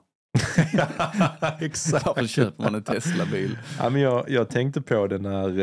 Exakt. Varför köper man en Tesla-bil? Ja, men jag, jag tänkte på det när...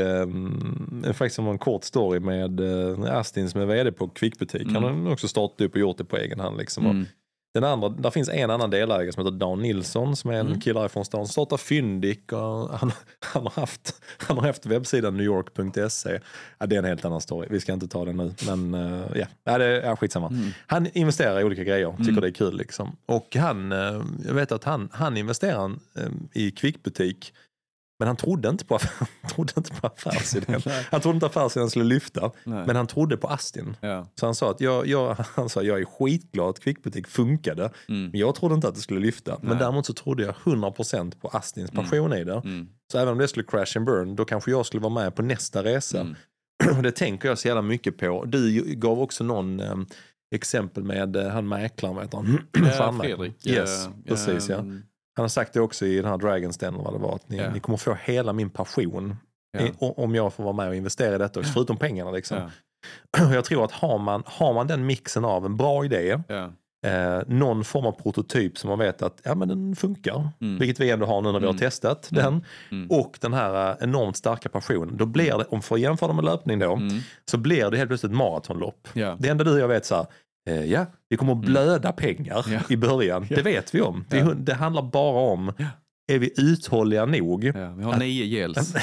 Um, det faktiskt var en kort story med uh, Astin som är vd på Kvickbutik. Mm. Han har också startat upp och gjort det på egen hand. Liksom. Mm. Den andra, där finns en annan delägare som heter Dan Nilsson som är en mm. kille från stan. Startar Fyndik och han, han, har haft, han har haft webbsidan new york punkt se. Ja, det är en helt annan story. Vi ska inte ta den nu. Men uh, ja, ja, det är skitsamma. Mm. Han investerar i olika grejer. Tycker mm. det är kul liksom. Och han, uh, jag vet att han, han investerar uh, i Kvickbutik. Men han trodde inte på, han trodde inte på affärsidén. Han trodde inte att affärsidén skulle lyfta. Nej. Men han trodde på Astin. Ja. Så han sa att jag, jag, han sa, jag är skitglad att Kvickbutik funkade. Mm. Men jag trodde inte att det skulle lyfta. Nej. Men däremot så trodde jag hundra procent på Astins passion mm. i det. Mm. Så även om det skulle crash and burn, då kanske jag skulle vara med på nästa resa. Mm. Det tänker jag så jävla mycket på. Du gav också någon eh, exempel med eh, han mäklaren, vet han? Ja, Fredrik. Yes, ja, precis ja. Han har sagt det också i den här Dragon's Den vad det var, att ni, ja. ni kommer få hela min passion ja. i, om jag får vara med och investera i detta också, förutom pengarna liksom. Ja. Jag tror att har man, har man den mixen av en bra idé, ja. eh, någon form av prototyp som man vet att ja, men den funkar, mm. vilket vi ändå har nu när vi har mm. testat mm. den, mm. och den här enormt starka passionen, då blir det, om för att jämföra med löpning då, mm. så blir det helt plötsligt ett maratonlopp. Ja. Det enda du jag vet så här, Eh, ja, vi kommer att blöda mm. pengar ja. i början. Ja. Det vet vi om. Ja. Det, det handlar bara om, ja. är vi uthålliga nog? Ja, vi har att... nio gälls.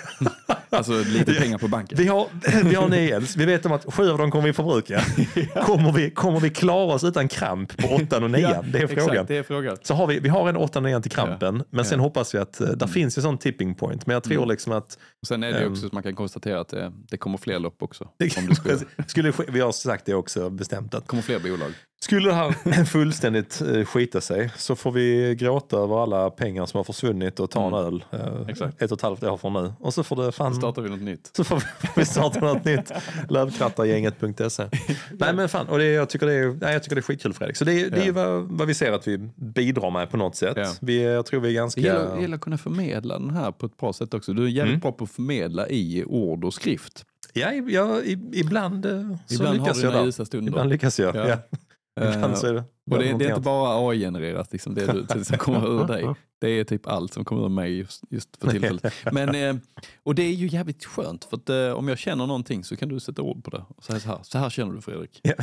Alltså lite pengar på banken. Vi har, vi har nio gälls. Vi vet om att sju av dem kommer vi förbruka. Ja. Kommer vi, kommer vi klara oss utan kramp på åttan och nian? Ja, det är frågan. Exakt, det är frågan. Så har vi, vi har en åttan och nian till krampen. Ja. Men ja. sen hoppas vi att uh, där mm. finns ju sån tipping point. Men jag tror mm. liksom att... Och sen är det också um, så man kan konstatera att det, det kommer fler lopp också. Det, om du skulle... skulle, vi har sagt det också bestämt. Att kommer fler bolag. Skulle det här fullständigt uh, skita sig så får vi gråta över alla pengar som har försvunnit och ta en mm. öl. Uh, Exakt. Ett och ett halvt år från nu. Och så får det fan... Så startar vi något nytt. Så får vi starta något nytt. Lövkrattargänget punkt se. Nej men fan, och det, jag, tycker det är, nej, jag tycker det är skitkul Fredrik. Så det, det ja. är ju vad, vad vi ser att vi bidrar med på något sätt. Ja. Vi, jag tror vi är ganska... Det gäller, det gäller att kunna förmedla den här på ett bra sätt också. Du är jävligt mm. bra på att förmedla i ord och skrift. Ja, jag, ibland så ibland lyckas har jag ljusa stunder. Ibland lyckas jag, ja. ja. Ibland så är det, och det, det är inte bara A I-genererat liksom, det, det som kommer ur dig. Det är typ allt som kommer ur mig just, just för tillfället. Men, och det är ju jävligt skönt för att om jag känner någonting så kan du sätta ord på det. Och säga så här, så här känner du Fredrik. Ja.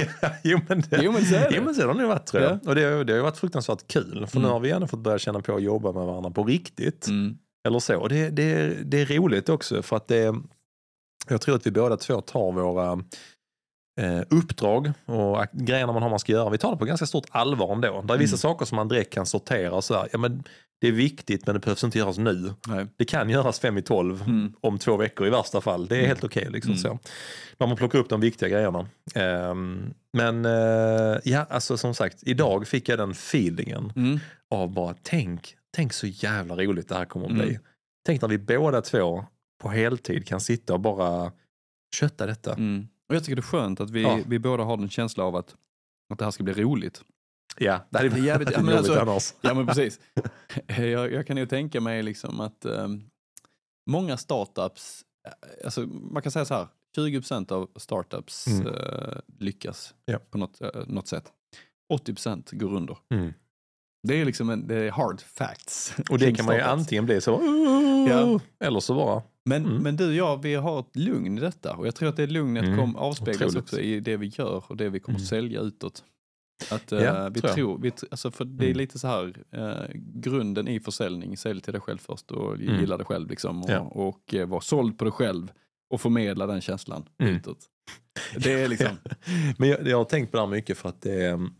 jo, men det, jo men så är det. Jo, men så har det varit tror jag. Ja. Och det, det har ju varit fruktansvärt kul. För mm. nu har vi gärna fått börja känna på att jobba med varandra på riktigt. Mm. Eller så. Och det, det, det är roligt också för att det, jag tror att vi båda två tar våra eh, uppdrag och grejerna man har man ska göra. Vi tar det på ganska stort allvar ändå. Det är vissa mm. saker som man direkt kan sortera och så här, ja men det är viktigt men det behövs inte göras nu. Nej. Det kan göras fem i tolv mm. om två veckor i värsta fall. Det är mm. helt okej okay, liksom mm. så. När man plockar upp de viktiga grejerna. Um, men uh, ja, alltså som sagt, idag fick jag den feelingen mm. av bara tänk, tänk så jävla roligt det här kommer att bli. Mm. Tänk när vi båda två på heltid kan sitta och bara kötta detta. Mm. Och jag tycker det är skönt att vi, ja. vi båda har en känsla av att, att det här ska bli roligt. Ja, det är jävligt ja, men alltså, annars. Ja, men precis. Jag, jag kan ju tänka mig liksom att um, många startups, alltså man kan säga så här, tjugo procent av startups mm. uh, lyckas ja. på något, uh, något sätt. åttio procent går under. Mm. Det är liksom en, det är hard facts. Och det kan man ju antingen bli så, ja. eller så vara. Men, mm. men du och jag, vi har ett lugn i detta. Och jag tror att det lugnet mm. kommer avspeglas också i det vi gör och det vi kommer mm. att sälja utåt. Att uh, ja, vi tror, tror vi, alltså för det är mm. lite så här uh, grunden i försäljning, sälj till dig själv först och mm. gilla dig själv liksom och, ja. och, och uh, vara såld på dig själv och förmedla den känslan mm. utåt. Det är liksom men jag, jag har tänkt på det här mycket för att det är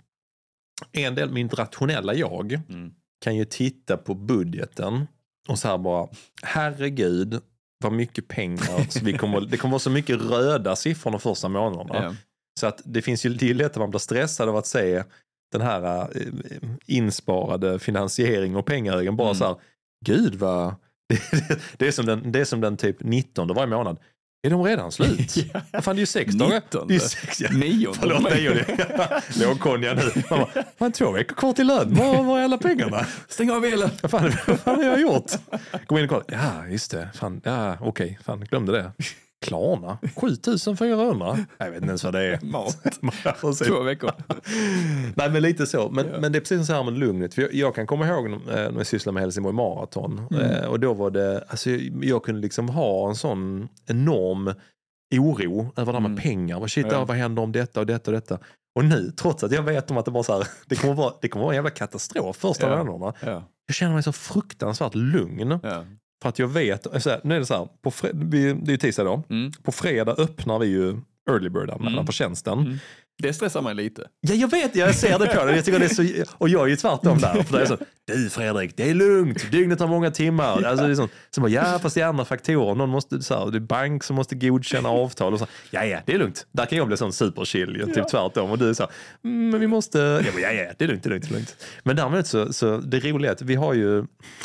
en del, min rationella jag mm. kan ju titta på budgeten och så här bara, herregud vad mycket pengar så vi kommer, det kommer vara så mycket röda siffror de första månaderna. Ja. Så att det finns ju, det är lätt att man blir stressad av att se den här äh, insparade finansiering och pengarögen bara mm. så här, gud vad det, det, är som den, det är som den typ nittonde varje månad. Är de redan slut? Ja. Fan, det är ju sex dagar. Det är sex, ja. Nionde. Förlåt, nionde. Lågkonja nu. Man bara, fan, två veckor kvar till lön. Var, var är alla pengarna? Stäng av elen. Vad fan, vad fan har jag gjort? Kom in och kolla. Ja, just det. Fan, ja, okej. Okay. Fan, glömde det. Klarna. sjutusen fyrahundra. Jag vet inte ens vad det är. Mat. Två veckor. Nej, men lite så. Men, ja. men det är precis så här med lugnet. För jag, jag kan komma ihåg när jag sysslade med Helsingborg Marathon. Mm. Eh, och då var det, alltså jag kunde liksom ha en sån enorm oro över det här med mm. pengar. Vad shit, ja. vad händer om detta och detta och detta. Och nu, trots att jag vet om att det bara så här, det kommer vara, det kommer vara en jävla katastrof första ja. månaderna. Ja. Jag känner mig så fruktansvärt lugn. Ja. För att jag vet, så här, nu är det så här, på fred, vi, det är ju tisdag då. Mm. På fredag öppnar vi ju early bird-anmälan mm. på tjänsten. Mm. Det stressar mig lite. Ja, jag vet, jag ser det på det. Jag tycker det är så, och jag är ju tvärtom där. För det är så, du Fredrik, det är lugnt. Dygnet har många timmar. Alltså det är sånt, så bara, ja, fast det är andra faktorer. Någon måste, så här, det är bank som måste godkänna avtal. Och så, ja, ja, det är lugnt. Där kan jag bli sån superchill, typ ja. tvärtom. Och du är så här, mm, men vi måste, ja, ja, ja, det är lugnt, det är lugnt, det är lugnt. Men därmed så, så det roliga är att vi har ju,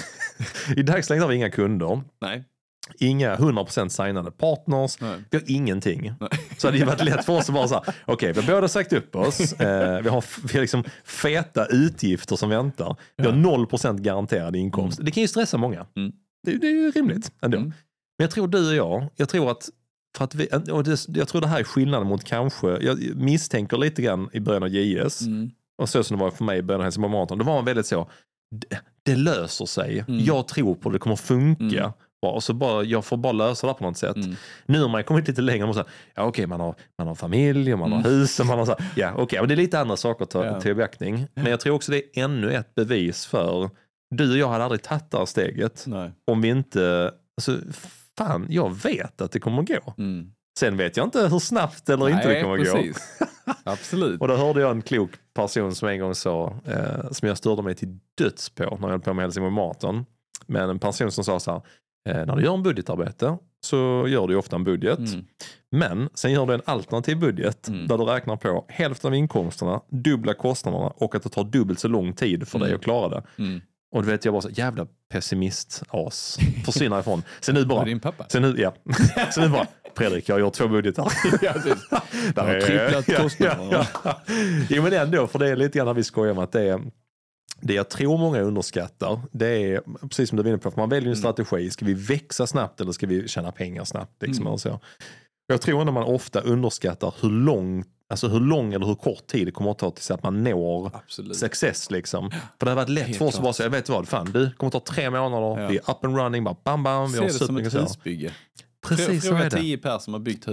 i dagsläget har vi inga kunder. Nej. Inga hundra procent signade partners. Nej. Vi har ingenting. Nej. Så det har varit lätt för oss att bara så här, okej, okay, vi har båda sagt upp oss. Eh, vi har, vi har liksom feta utgifter som väntar. Vi har noll procent garanterad inkomst. Mm. Det kan ju stressa många. Mm. Det, det är ju rimligt ändå. Mm. Men jag tror du och jag, jag tror att, för att vi, och det, jag tror det här är skillnaden mot kanske, jag misstänker lite grann i början av J S mm. och så som det var för mig i början av Helsingborg Marathon. Det var man väldigt så, det, det löser sig. Mm. Jag tror på det, det kommer funka. Mm. Och så bara, jag får bara lösa det på något sätt. Mm. Nu har man kommit lite längre och så här, ja okej, okay, man har, man har familj och man mm. har hus och man har så här, ja okej, okay, men det är lite andra saker att ta ja. till beaktning. Men jag tror också det är ännu ett bevis för, du och jag hade aldrig tagit det här steget. Nej. Om vi inte, alltså fan, jag vet att det kommer att gå. Mm. Sen vet jag inte hur snabbt eller Nej, inte det kommer precis. att gå. Absolut. Och då hörde jag en klok person som en gång sa, eh, som jag störde mig till döds på när jag höll på med Helsingborg Marathon. Men en person som sa så här, Eh, när du gör en budgetarbete så gör du ofta en budget. Mm. Men sen gör du en alternativ budget mm. där du räknar på hälften av inkomsterna, dubbla kostnaderna och att det tar dubbelt så lång tid för mm. dig att klara det. Mm. Och du vet, jag bara så jävla pessimist-as försvinner ifrån. Sen nu bara... din pappa? Sen nu, ja. Sen nu bara, Fredrik, jag har gjort två budgetar. Ja, där har tripplat kostnaderna. Ja, ja. Jo, men ändå, för det är lite grann när vi skojar om att det är... Det jag tror många underskattar, det är precis som du var inne på, för man väljer en strategi. Ska vi växa snabbt eller ska vi tjäna pengar snabbt? Liksom, mm. så. Jag tror att man ofta underskattar hur lång, alltså hur lång eller hur kort tid det kommer att ta tills att man når Absolut. success. Liksom. För det har varit lätt Helt för oss att bara säga, vet du vad, fan, du kommer att ta tre månader, ja. vi är up and running, bara bam bam. Vi Se har det som ett husbygge. Precis så är det. tio personer som har byggt hus.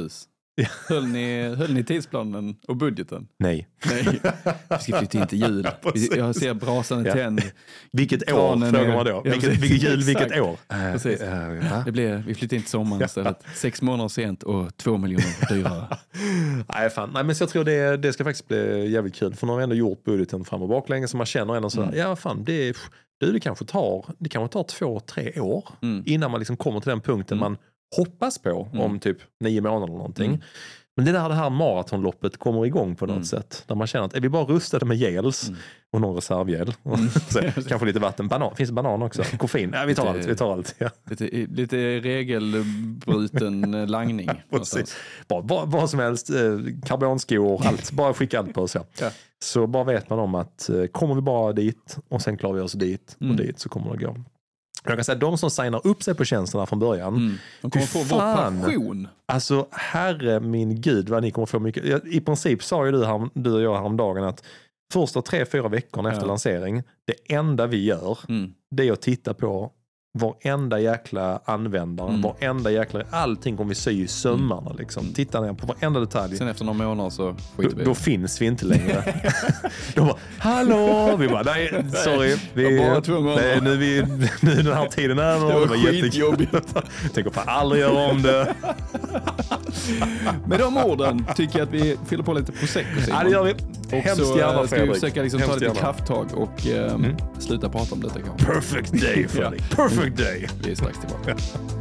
Höll ni, höll ni tidsplanen och budgeten? Nej. Nej. Vi ska flytta in till jul. Jag ser brasan ja. tänd. Vilket år frågar man då? Ja, vilket, vilket jul, vilket år? Precis. Uh, det blir, vi flyttar in till sommaren istället. Sex månader sent och två miljoner dyrare. Nej, fan. Nej, men så jag tror det, det ska faktiskt bli jävligt kul. För nu har vi ändå gjort budgeten fram och bak länge så man känner ändå sådär, mm. ja fan, det, det, det, kanske tar, det kanske tar två, tre år mm. innan man liksom kommer till den punkten mm. man hoppas på mm. om typ nio månader eller någonting. Mm. Men det där det här maratonloppet kommer igång på något mm. sätt. Där man känner att är vi bara rustade med gels mm. och någon reservgel. Mm. Kanske lite vatten. Banan. Finns det banan också? Koffein? Ja, vi tar lite, allt. Vi tar allt. Ja. Lite, lite regelbruten langning. bara, bara, vad som helst. Karbonskor, allt. Bara skicka allt på oss. Ja. Ja. Så bara vet man om att kommer vi bara dit och sen klarar vi oss dit och mm. dit så kommer det gå. Jag kan säga att de som signar upp sig på tjänsterna från början. Mm. De kommer få vår passion. Alltså herre min gud vad ni kommer få mycket. I princip sa ju du, här, du och jag häromdagen att första tre, fyra veckorna efter ja. lansering. Det enda vi gör mm. det är att titta på varenda jäkla användare. Mm. Varenda jäkla, allting kommer vi sy i sömmarna mm. liksom. Titta ner på varenda detalj. Sen efter några månader så skiter vi. Då, då finns vi inte längre. Då bara, hallå! Vi bara, nej, sorry. Vi, nej, nu, vi, nu den här tiden är över. Det var, var skitjobbigt. Tänker fan aldrig göra om det. Med de orden tycker jag att vi fyller på lite prosecco. Ja, det gör vi. Och hemskt så gärna, ska vi försöka liksom ta lite gärna. krafttag och um, mm. sluta prata om detta kanske. Perfect day, Fredrik. ja. Perfect day. Vi är strax tillbaka.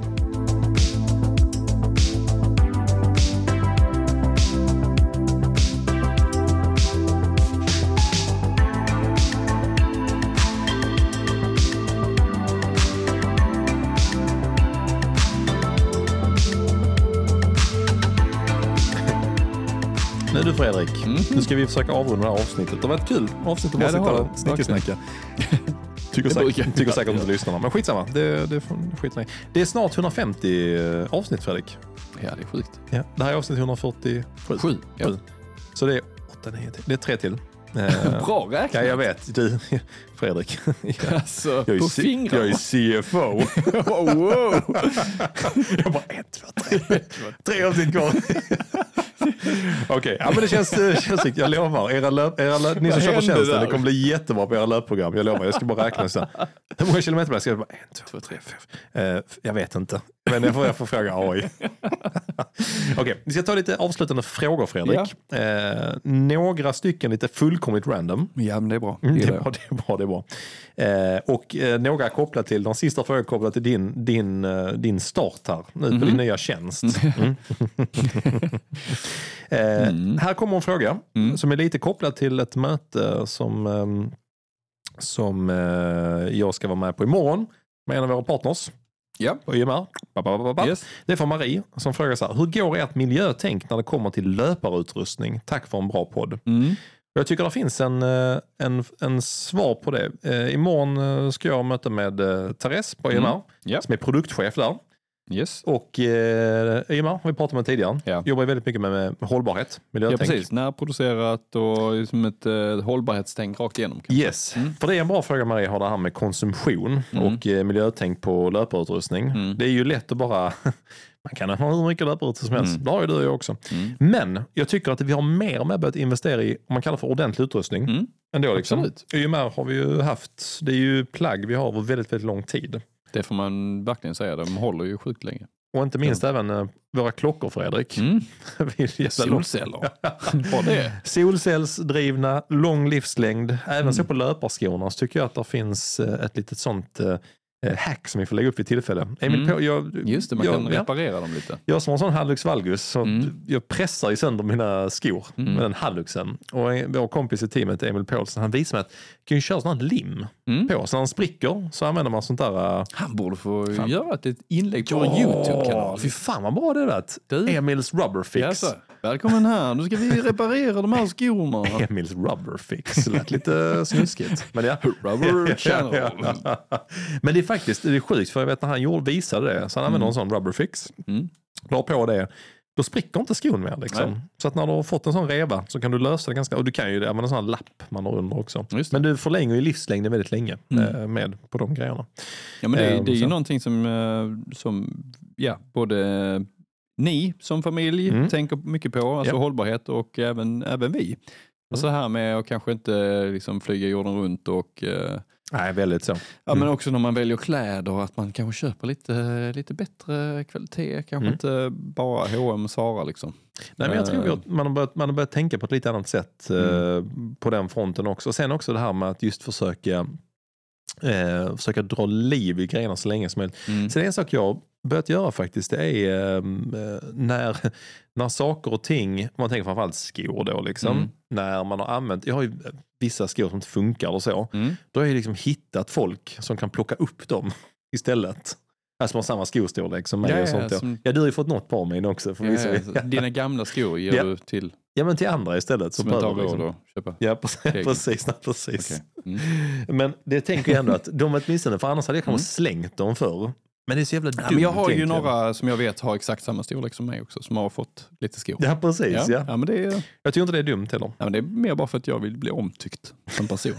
Nu du Fredrik, mm. nu ska vi försöka avrunda det här avsnittet. Det var ett kul avsnitt att bara sitta och snickesnacka. Tycker, säkert, tycker säkert inte lyssnarna. Men skitsamma, det, det, skit nej. Det är snart hundrafemtio avsnitt Fredrik. Ja, det är sjukt. Ja, det här är avsnitt hundrafyrtiosju. Sju, ja. Så det är åtta, nio, det är tre till. Bra räknat. Ja, jag vet. Du, Fredrik. Jag, alltså, jag, är, på C- jag är C F O. oh, wow. Jag bara, ett, två, tre. Tre avsnitt kvar. Okej, okay. Ja, men det känns, det känns riktigt. Jag lovar. Era löp, era löp, ni som köper tjänsten, det kommer bli jättebra på era löpprogram. Jag lovar, jag ska bara räkna så. Hur många kilometer blir det? Bara, en, två, tre, fyra. Uh, jag vet inte. Men jag får, jag får fråga A I. Okej, okay. Vi ska ta lite avslutande frågor, Fredrik. Ja. Uh, några stycken lite fullkomligt random. Ja, men det är bra. Mm, det, är bra det är bra, det är bra. Uh, och uh, några kopplat till, de sista frågorna kopplat till din, din, uh, din start här. Nu mm-hmm. på din nya tjänst. Mm. Eh, mm. Här kommer en fråga mm. som är lite kopplad till ett möte som, um, som uh, jag ska vara med på imorgon med en av våra partners. Ja. På I M R. Yes. Det är från Marie som frågar så här: hur går ert miljötänk när det kommer till löparutrustning? Tack för en bra podd. Mm. Jag tycker det finns en, en, en svar på det. Eh, imorgon ska jag möta med eh, Therese på I M R mm. yep. som är produktchef där. Yes. Och eh, I M R har vi pratat om tidigare. Ja. Jobbar väldigt mycket med, med hållbarhet, miljötänk. Ja, precis. Närproducerat och som ett eh, hållbarhetstänk rakt igenom. Kanske. Yes. Mm. För det är en bra fråga, Marie, har det här med konsumtion mm. och eh, miljötänk på löparutrustning. Mm. Det är ju lätt att bara... Man kan ha hur mycket löparutrustning som helst. Mm. Det har ju du och jag också. Mm. Men jag tycker att vi har mer och mer börjat investera i, om man kallar för ordentlig utrustning. Mm. Ändå liksom. I M R har vi ju haft, det är ju plagg vi har över väldigt, väldigt lång tid. Det får man verkligen säga. De håller ju sjukt länge. Och inte minst ja. även uh, våra klockor, Fredrik. Mm. Solceller. Vad det är. Solcellsdrivna, lång livslängd. Även mm. så på löparskorna så tycker jag att det finns uh, ett litet sånt uh, hack som vi får lägga upp vid tillfälle. Emil, mm. på, jag, Just det, man jag, kan reparera ja. dem lite. Jag som har en sån Hallux valgus så mm. jag pressar i sönder mina skor mm. med den Halluxen. Och vår kompis i teamet, Emil Paulsen, han visar mig att kan ju köra sån här lim mm. på. Så när han spricker så använder man sånt där... Uh, han borde få fan. göra ett inlägg på ja, en YouTube-kanal. Fy fan vad bra det är det. Emils Rubber Fix. Yes, välkommen här. Nu ska vi reparera de här skorna. Emils Rubber Fix. Det lät lite snuskigt. Men ja. Rubber Channel. Men det är faktiskt det är sjukt, för jag vet när han gjorde, visade det så han använde mm. en sån Rubber Fix. Mm. La på det. Då spricker inte skon mer liksom. Nej. Så att när du har fått en sån reva så kan du lösa det ganska, och du kan ju använda en sån här lapp man har under också. Men du förlänger ju livslängden väldigt länge mm. med på de grejerna. Ja, men det, det är ju någonting som, som ja, både ni som familj mm. tänker mycket på, alltså yep. hållbarhet och även, även vi. Mm. Och så här med att kanske inte liksom flyga jorden runt och... Uh, Nej, väldigt så. Mm. Ja, men också när man väljer kläder, att man kanske köper lite, lite bättre kvalitet, kanske mm. inte bara H och M och Zara liksom. Nej, men jag tror att man har börjat, man har börjat tänka på ett lite annat sätt mm. uh, på den fronten också. Sen också det här med att just försöka uh, försöka dra liv i grejerna så länge som möjligt. Mm. Sen en sak jag börjat göra faktiskt, det är uh, när, när saker och ting, man tänker framförallt skor då liksom, mm. när man har använt, jag har ju vissa skor som inte funkar och så, mm. då har jag liksom hittat folk som kan plocka upp dem istället. Alltså man har samma skostorlek som mig ja, och sånt. Ja, som... ja, du har ju fått något på mig också. För ja, ja. Dina gamla skor ger ja. du till... Ja, men till andra istället. Som inte har råd att köpa. Ja, precis. precis, precis. Okay. Mm. Men det tänker jag ändå att de åtminstone, för annars hade jag kanske mm. slängt dem förr. Men det är så jävla dumt. Ja, men jag har ju några som jag vet har exakt samma storlek som mig också, som har fått lite skor. Ja, precis. Ja. Ja. Ja, men det är... Jag tycker inte det är dumt heller. Ja, men det är mer bara för att jag vill bli omtyckt som person.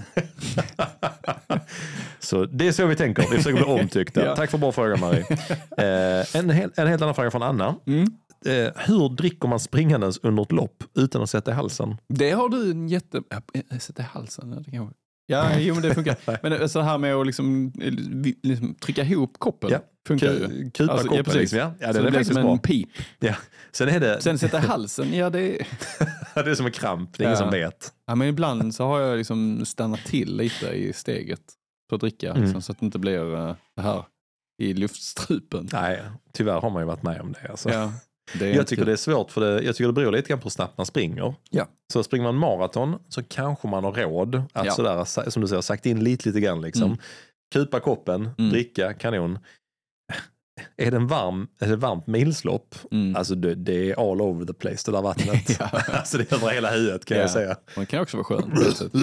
Så det är så vi tänker. Vi försöker bli omtyckta. Ja. Tack för bra fråga, Marie. eh, en, hel, en helt annan fråga från Anna. Mm. Eh, hur dricker man springandes under ett lopp utan att sätta i halsen? Det har du en jätte... Sätta i halsen? Det kan... Ja, jo, men det funkar. Men så här med att liksom, liksom trycka ihop koppen ja. funkar ju. Kupa alltså, koppen, ja, liksom, ja. ja det, så det, det blir som en bra. Pip. Ja. Sen, är det... Sen sätta halsen, ja det är... det är som en kramp, det är ja. ingen som vet. Ja, men ibland så har jag liksom stannat till lite i steget för att dricka, mm. liksom, så att det inte blir uh, det här i luftstrupen. Nej, tyvärr har man ju varit med om det. Alltså. Ja. Det jag tycker det är svårt för det, jag tycker det beror lite grann på hur snabbt man springer. Ja. Så springer man maraton så kanske man har råd att ja. sådär, som du säger, sagt in lite lite grann liksom. Mm. Kupa koppen, mm. dricka, kanon. Är det en varm, är det varmt milslopp, mm. alltså det, det är all over the place det där vattnet. ja. Alltså det är över hela huvudet kan ja. jag säga. Man kan också vara skön.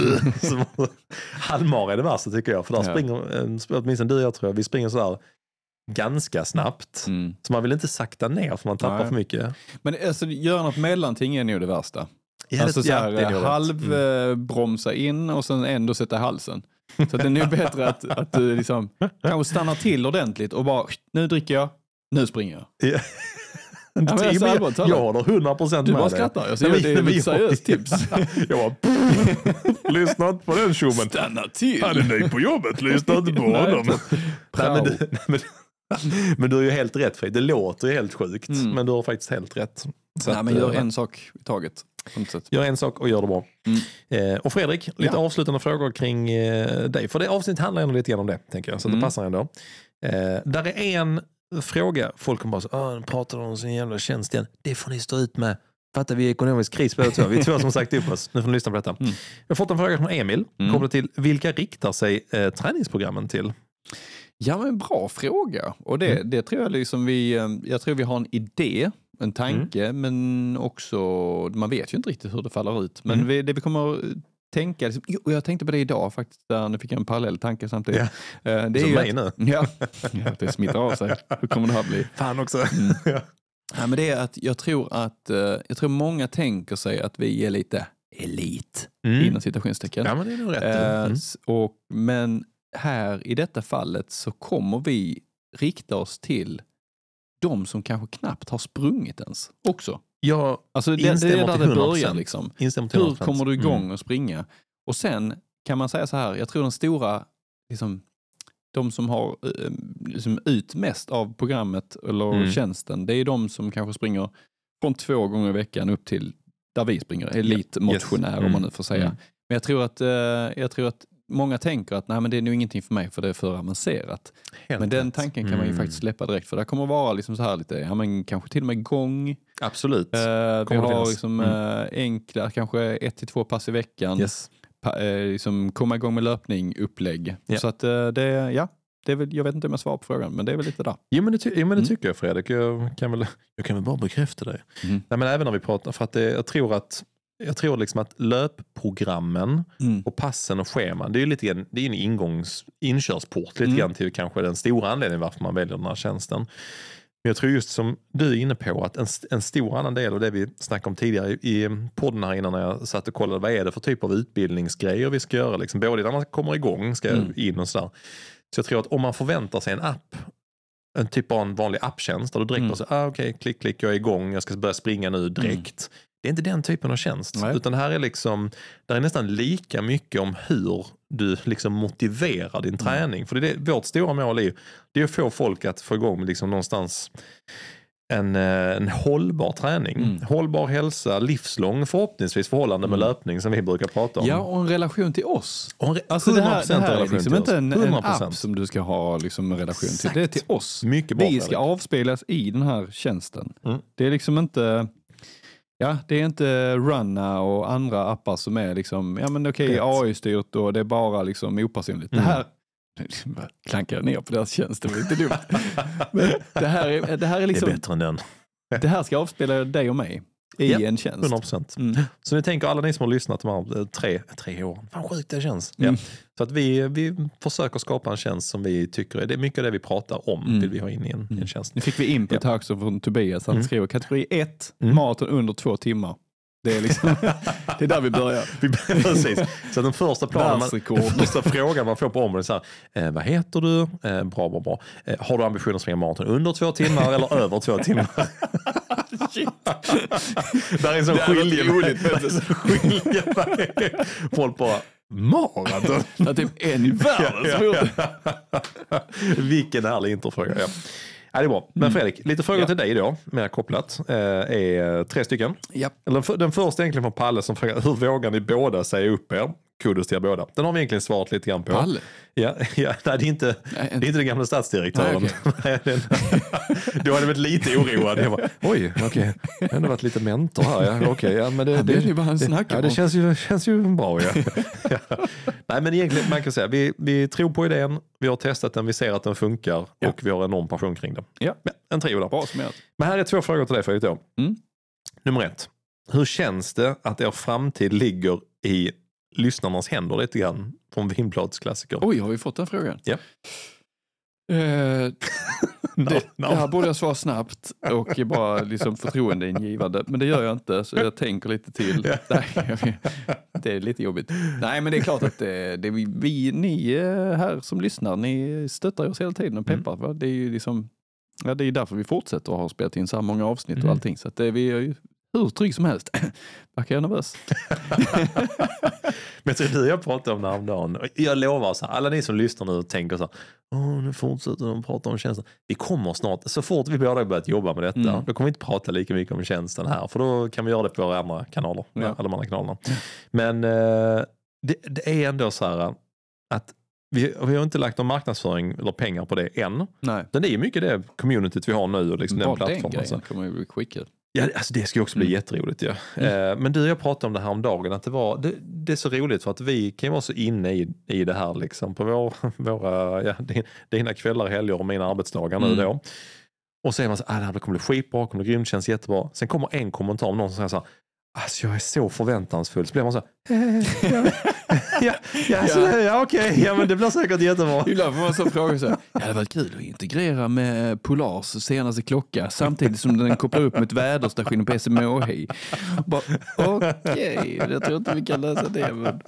Halvmara är det värsta tycker jag, för där ja. springer, åtminstone du och jag tror jag, vi springer sådär ganska snabbt. Mm. Så man vill inte sakta ner för man tappar Nej. för mycket. Men alltså, göra något mellanting är nog det värsta. Ja, alltså så här, ja, halv mm. bromsa in och sen ändå sätta halsen. Så det är nog bättre att, att du liksom kanske stannar till ordentligt och bara, nu dricker jag, nu springer jag. Ja. Ja, men jag, jag, jag, jag håller hundra procent med det. Du bara skrattar. Jag ser, det är ett seriöst tips. Jag bara, lyssna på den tjommen. Stanna till. Han är nöjd på jobbet, lyssna inte på honom. Nej, men, du, nej, men, men du är ju helt rätt, för det låter ju helt sjukt. Mm. Men du har faktiskt helt rätt. Så nej, att, men gör en sak i taget. Gör en sak och gör det bra. Mm. Eh, och Fredrik, lite ja. avslutande frågor kring eh, dig. För det avsnitt handlar ändå lite grann om det, tänker jag. Så mm. det passar ändå. Eh, där är en fråga. Folk kommer bara så, åh, pratar om sin jävla tjänst igen. Det får ni stå ut med. Fattar vi ekonomisk kris på det. Vi är två som sagt upp oss. Nu får ni lyssna på detta. Mm. Jag har fått en fråga från Emil. Mm. Kopplat till, vilka riktar sig eh, träningsprogrammen till? Ja, men bra fråga. Och det, mm. det tror jag liksom vi, jag tror vi har en idé, en tanke, mm. men också, man vet ju inte riktigt hur det faller ut. Men mm. vi, det vi kommer tänka, liksom, och jag tänkte på det idag faktiskt, där nu fick jag en parallell tanke samtidigt. Ja. Det är som ju mig att, nu. Ja, ja, det smittar av sig. Hur kommer det här bli? Fan också. Mm. Ja, men det är att jag tror att, jag tror många tänker sig att vi är lite elit, mm. inom citationstecken. Ja, men det är nog rätt. Mm. Och, men här i detta fallet så kommer vi rikta oss till de som kanske knappt har sprungit ens också. Ja, alltså det, det är där det börjar liksom. Hur kommer du igång mm. och springa? Och sen kan man säga så här, jag tror den stora, liksom, de som har liksom, ut mest av programmet eller mm. tjänsten, det är de som kanske springer från två gånger i veckan upp till där vi springer, elitmotionär yes. mm. om man nu får säga. Mm. Men jag tror att, jag tror att många tänker att nej, men det är nog ingenting för mig för det är för avancerat. Helt men den tanken kan mm. man ju faktiskt släppa direkt, för det kommer att vara liksom så här lite, ja, men kanske till och med gång. Absolut. Uh, vi har liksom mm. uh, enkla, kanske ett till två pass i veckan. Yes. Pa, uh, liksom komma igång med löpning, upplägg. Yeah. Så att uh, det, ja, det är väl, jag vet inte om jag svarar på frågan, men det är väl lite där. Jo, men det, ty- jo, men det mm. tycker jag, Fredrik. Jag kan väl, jag kan väl bara bekräfta det. Mm. Nej, men även när vi pratar, för att det, jag tror att Jag tror liksom att löpprogrammen mm. och passen och scheman, det är ju lite grann, det är en ingångs, inkörsport lite mm. grann till kanske den stora anledningen varför man väljer den här tjänsten. Men jag tror just som du är inne på att en, en stor annan del av det vi snackade om tidigare i, i podden här innan när jag satt och kollade, vad är det för typ av utbildningsgrejer vi ska göra, liksom, både när man kommer igång ska mm. in och sådär. Så jag tror att om man förväntar sig en app en typ av en vanlig apptjänst där du direkt mm. bara så, ah, okej, okay, klick, klick, jag är igång, jag ska börja springa nu direkt. Mm. Det är inte den typen av tjänst. Nej. Utan det här är liksom, det är nästan lika mycket om hur du liksom motiverar din träning. Mm. För det är det, vårt stora mål är, det är att få folk att få igång liksom någonstans en, en hållbar träning. Mm. Hållbar hälsa, livslång förhoppningsvis förhållande med mm. löpning som vi brukar prata om. Ja, och en relation till oss. Och en re- alltså det här, det här är liksom inte en, en app som du ska ha liksom en relation Exakt. till. Det är till oss. Mycket bra, vi ska avspelas i den här tjänsten. Mm. Det är liksom inte... Ja, det är inte Runna och andra appar som är liksom, ja men okej, okay, A I-styrt och det är bara liksom opersonligt. Mm. Det här, klankar jag ner på deras tjänst, det var inte dumt. Men det här är, det här är liksom... Det är bättre än den. Det här ska avspela dig och mig i ja, en tjänst. hundra procent. Mm. Så ni tänker, alla ni som har lyssnat de här tre, tre år, vad sjukt det känns. Mm. Ja. Så att vi, vi försöker skapa en tjänst som vi tycker är, det är mycket av det vi pratar om, mm. vill vi ha in i en, mm. en tjänst. Nu fick vi input ja. också från Tobias, han mm. skriver kategori ett, mm. maten under två timmar. Det är liksom, det är där vi börjar. Vi börjar precis. Så den första planen, man, den första frågan man får på området är så här, eh, vad heter du? Eh, bra, bra, bra. Eh, har du ambitionen att springa maraton under två timmar eller över två timmar? Shit. Där är en sån skilje. Folk bara, maraton? Det är typ en i världen som gjort det. Vilken härlig introfråga, ja. Ja, det är bra. Men Fredrik, lite frågor ja. till dig då, mer kopplat, eh, är tre stycken. Ja. Eller den första egentligen från Palle som frågar, hur vågar ni båda säga upp er? Kudos till er båda. Den har vi egentligen svarat lite grann på. Palle? Ja, ja nej, det är inte, nej, det är inte den gamla stadsdirektören. Nej, okay. Du hade varit lite oroad. Jag bara, oj, okej. Okay. Jag har ändå varit lite mentor här. Ja, okay, ja, men det, det, det, det, bara en det, ja, det känns, ju, känns ju bra. Ja. Ja. Nej, men egentligen, man kan säga, vi, vi tror på idén, vi har testat den, vi ser att den funkar ja. och vi har enorm passion kring den. Ja. Ja, en trio där. Bra summerat. Men här är två frågor till dig, Fredrik. Mm. Nummer ett. Hur känns det att er framtid ligger i lyssnarnas händer lite grann från Vinblads klassiker? Oj, har vi fått den frågan? Ja. Uh, no, det, no. det här borde jag svara snabbt och bara liksom förtroendeingivande, men det gör jag inte, så jag tänker lite till. Nej, det är lite jobbigt. Nej, men det är klart att det, det vi, vi, ni här som lyssnar, ni stöttar oss hela tiden och peppar. Mm. Det är ju liksom, ja, det är därför vi fortsätter att ha spelat in så här många avsnitt mm. och allting, så att det, vi är ju hur trygg som helst. Verkar jag nervös. Men jag tror du jag pratar om det här om dagen. Jag lovar så här, alla ni som lyssnar nu och tänker så här, åh, nu fortsätter de prata om tjänsten. Vi kommer snart, så fort vi båda börjat jobba med detta, mm. då kommer vi inte prata lika mycket om tjänsten här, för då kan vi göra det på våra andra kanaler, ja. alla de andra kanalerna. Men eh, det, det är ändå så här att vi, vi har inte lagt någon marknadsföring eller pengar på det än. Nej. Men det är mycket det communityt vi har nu och liksom den plattformen. Den kommer ju bli skickad. Ja, alltså det ska ju också bli mm. jätteroligt. Ja. Mm. Eh, men du och jag pratade om det här om dagen, att det, var, det, det är så roligt för att vi kan vara så inne i, i det här liksom, på vår, våra, ja, dina kvällar, helger och mina arbetsdagar mm. nu då. Och så är man så här, ah, det kommer bli skitbra, kommer bli grymt, känns jättebra. Sen kommer en kommentar om någon som säger så här, alltså jag är så förväntansfull. Så blir man så här, ja, ja, ja, alltså, ja. ja okej, okay. ja, men det blir säkert jättebra. Ibland får man så fråga så här, ja, det hade varit kul att integrera med Polars senaste klocka samtidigt som den kopplar upp med ett väderstation på S M H. Okej, okay, jag tror inte vi kan läsa det. Men...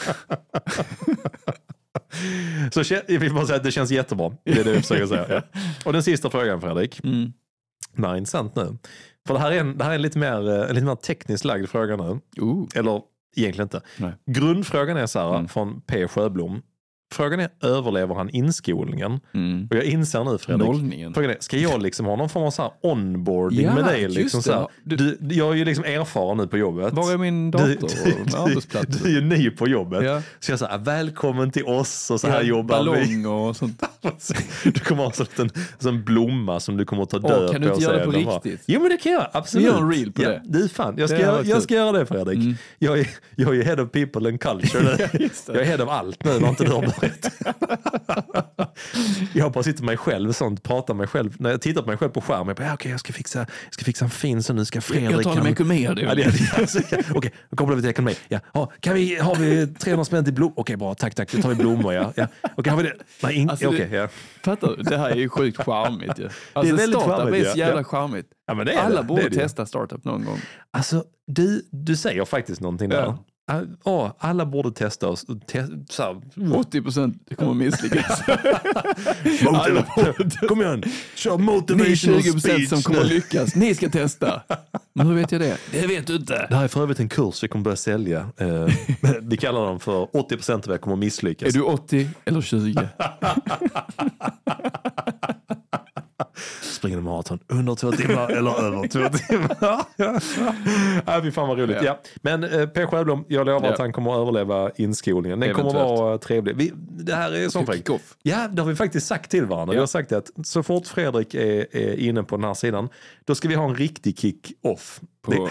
Så jag vill bara säga att det känns jättebra. Det är det jag försöker säga. Ja. Och den sista frågan, Fredrik. Mm. Nej, intressant nu. För det här är en, det här är en lite mer, en lite mer tekniskt lagd fråga nu. Uh. Eller egentligen inte. Nej. Grundfrågan är så här, mm. från P. Sjöblom. Frågan är, överlever han inskolningen? Mm. Och jag inser nu, Fredrik. Nollningen. Frågan är, ska jag liksom ha någon form av så här onboarding ja, med dig? Liksom så här, du, jag är ju liksom erfaren nu på jobbet. Var är min dator du, och arbetsplats? Du, du är ju ny på jobbet. Ja. Så jag säger, välkommen till oss och så här ja, jobbar ballong vi. Och sånt. Du kommer ha en sån blomma som du kommer att ta död på. Kan du inte göra det på riktigt? Jo, men det kan jag, absolut. Vi gör en reel på ja, det. Det är fan. Jag ska, det göra, jag ska göra det, Fredrik. Mm. Jag, är, jag är head of people and culture nu. Ja, jag är head of allt nu, när inte du har berättat. Jag bara sitter mig själv sånt, pratar mig själv. När jag tittar på mig själv på skärmen, jag bara, ja, okej, jag ska fixa, jag ska fixa en fin så nu ska Fredrik. Jag talar med ekonomi. Ja, det, alltså, okej, okay, då kopplar vi till ekonomi. Ja, ja, kan vi, har vi trehundra spänn till blommor? Okej, okay, bra, tack, tack, då tar vi blommor, ja. ja. Okay, har vi det? Nej, in... alltså, okay, ja. Fattar du? Det här är ju sjukt charmigt. Ja. Alltså, det är väldigt startup charmigt, är så jävla charmigt. Ja, men det är alla det. borde det är testa startup någon gång. Alltså, du, du säger faktiskt någonting där. Ja. oh, alla borde testa oss. Te- så här. åttio procent kommer misslyckas. Kom igen, kör motivational Ni tjugo procent speech som kommer nu. lyckas. Ni ska testa. Men hur vet jag det? Det vet du inte. Det här är för övrigt en kurs vi kommer börja sälja. Uh, vi kallar dem för åttio procent av er kommer misslyckas. Är du åttio eller tjugo? Springer maraton under två timmar eller över två timmar. Ja, fy fan vad roligt. Ja. Ja. Men eh, Per Sjöblom, jag lovar ja. att han kommer att överleva inskolningen. Den kommer att vara trevlig. Vi, det här är sån fräck. Ja, det har vi faktiskt sagt till varandra. Ja. Vi har sagt att så fort Fredrik är, är inne på den här sidan, då ska vi ha en riktig kick-off. På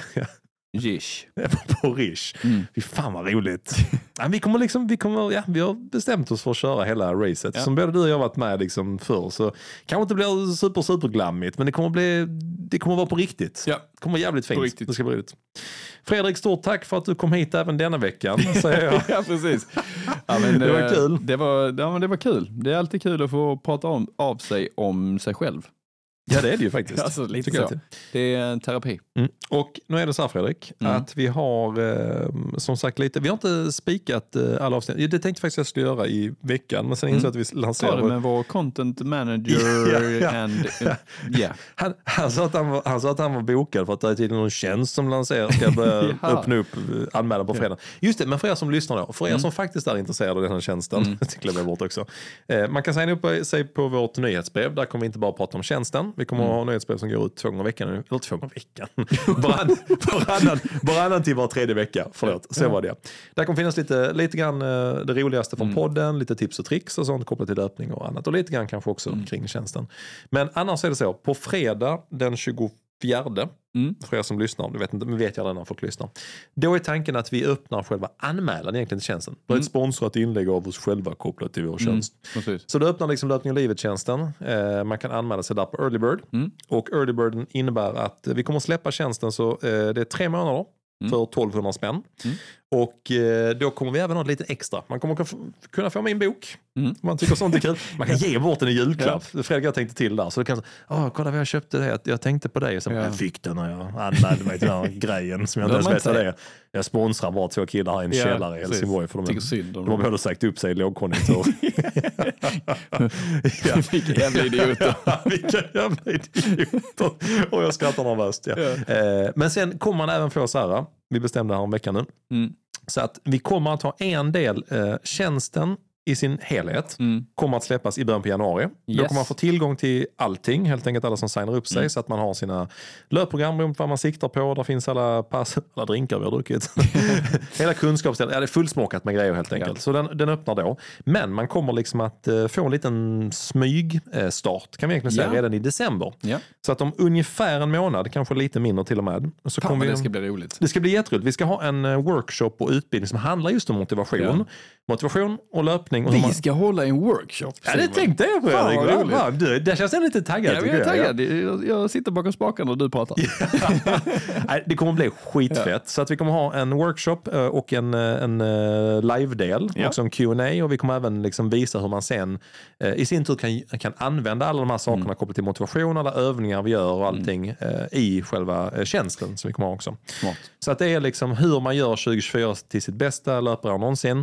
Rish. på Rish. Mm. Fy fan vad roligt. Ja, vi kommer liksom, vi kommer, ja, vi har bestämt oss för att köra hela racet. Ja. Som både du och jag har varit med liksom förr. Så kanske inte blir super, super glammigt, men det kommer bli, det kommer vara på riktigt. Ja. Det kommer vara jävligt fint. Det ska bli roligt. Fredrik, stort tack för att du kom hit även denna veckan, säger jag. Ja, precis. Ja, men, det var kul. Det var, ja, men det var kul. Det är alltid kul att få prata om, av sig om sig själv. Ja, det är det ju faktiskt. Alltså, lite så. Det är en terapi. Mm. Och nu är det så här, Fredrik, mm. att vi har eh, som sagt lite, vi har inte spikat eh, alla avsnitt. Det tänkte jag faktiskt jag skulle göra i veckan, men sen mm. insåg att vi lanserar. Ta det med vår content manager ja, ja. and uh, yeah. han, han, sa att han, var, han sa att han var bokad för att det är tydligen någon tjänst som lanserar, ska börja öppna upp, anmäla på fredag. Just det, men för er som lyssnar då, för er mm. som faktiskt är intresserade av den här tjänsten, mm. det glömmer jag bort också. Eh, man kan signa upp sig på vårt nyhetsbrev, där kommer vi inte bara prata om tjänsten. Vi kommer mm. att ha nyhetsbrev som går ut två gånger i veckan. Eller två gånger i veckan. Varann, varannan, varannan till var tredje vecka. Förlåt, så ja. var det. Där kommer finnas lite, lite grann det roligaste från mm. podden. Lite tips och tricks och sånt kopplat till löpning och annat. Och lite grann kanske också mm. kring tjänsten. Men annars är det så. På fredag den tjugofjärde Mm. för er som lyssnar, du vet inte, men vet jag redan har fått lyssna. Då är tanken att vi öppnar själva anmälan egentligen till tjänsten. Det är mm. ett sponsrat inlägg av oss själva kopplat till vår tjänst. Mm. Så då öppnar liksom löpning och livet-tjänsten. Eh, man kan anmäla sig där på Early Bird. Mm. Och Early Bird innebär att vi kommer släppa tjänsten så eh, det är tre månader mm. för tolvhundra spänn. Mm. Och eh, då kommer vi även ha lite extra. Man kommer kunna få min bok. Mm. Man tycker sånt är kul. Man kan ge bort den i julklapp. Ja. Fredrik jag tänkte till där. Så det kan säga, åh kolla vad jag köpte det. Jag tänkte på dig. Och så, ja. Jag fick den när jag anmälde mig till den här grejen som jag inte ens vet vad det är. Jag sponsrar bara två killar här i en ja, källare i Helsingborg. För de, är, de har både sagt upp sig i lågkonjunktur. ja. Vilka jävla idioter. Ja, vilka jävla idioter. Och jag skrattar nervöst. Ja. Ja. Eh, men sen kommer man även få så här. Vi bestämde här om veckan nu. Mm. Så att vi kommer att ha en del eh, tjänsten i sin helhet mm. kommer att släppas i början på januari. Yes. Då kommer man få tillgång till allting, helt enkelt alla som signar upp sig mm. så att man har sina löpprogram runt vad man siktar på. Där finns alla pass, alla drinkar vi har druckit. Hela kunskapsstället, ja, det är fullsmåkat med grejer helt enkelt. Ja. Så den, den öppnar då. Men man kommer liksom att uh, få en liten smygstart kan vi egentligen säga ja. redan i december. Ja. Så att om ungefär en månad, kanske lite mindre till och med. Så kommer vi, det ska bli roligt. Det ska bli jätteroligt. Vi ska ha en uh, workshop och utbildning som handlar just om motivation. Ja. Motivation och löpning. Och vi man... ska hålla en workshop. Ja, det tänkte jag på. Fan, vad ja, du, det känns lite taggad. Ja, jag är taggad. Jag, jag sitter bakom spakarna och du pratar. Nej, det kommer bli skitfett. Ja. Så att vi kommer ha en workshop och en, en live-del. Ja. Också en Q and A. Och vi kommer även liksom visa hur man sen i sin tur kan, kan använda alla de här sakerna mm. kopplat till motivation, alla övningar vi gör och allting mm. i själva tjänsten som vi kommer ha också. Smart. Så att det är liksom hur man gör tjugo tjugofyra till sitt bästa löpare någonsin.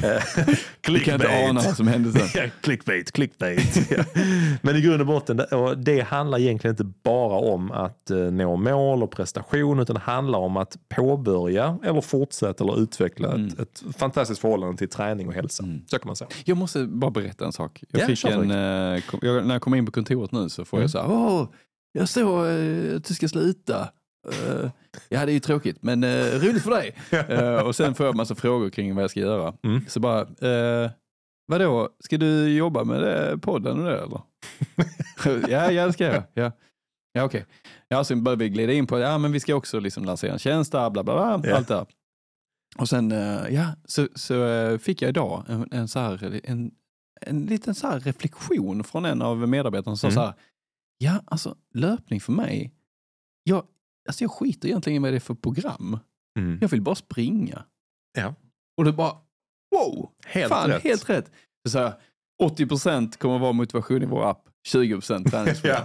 Du kan inte ana vad som hände sen. Ja, clickbait, clickbait. Ja. Men i grund och botten, och det handlar egentligen inte bara om att nå mål och prestation, utan det handlar om att påbörja eller fortsätta eller utveckla mm. ett, ett fantastiskt förhållande till träning och hälsa. Mm. Så kan man säga. Jag måste bara berätta en sak. Jag ja, fick en, eh, kom, jag, när jag kom in på kontoret nu så får mm. jag så här, åh, jag såg eh, att du ska sluta. Uh, ja, det är ju tråkigt, men uh, roligt för dig. Uh, och sen får jag en massa frågor kring vad jag ska göra. Mm. Så bara, uh, vadå, ska du jobba med det, podden och det eller? ja, ja, det ska jag. Ja, ja okej. Okay. Ja, sen börjar vi glida in på, ja men vi ska också liksom lansera en tjänst där, bla bla bla, yeah. allt där. Och sen, uh, ja, så, så uh, fick jag idag en, en så här, en, en liten så här reflektion från en av medarbetarna som mm. sa så här, ja, alltså löpning för mig, jag Alltså jag skiter egentligen med det för program. Mm. Jag vill bara springa. Ja. Och det bara, wow, helt fan, rätt. helt rätt. Så, så här, åttio procent kommer vara motivation i vår app. tjugo procent träningsprogram.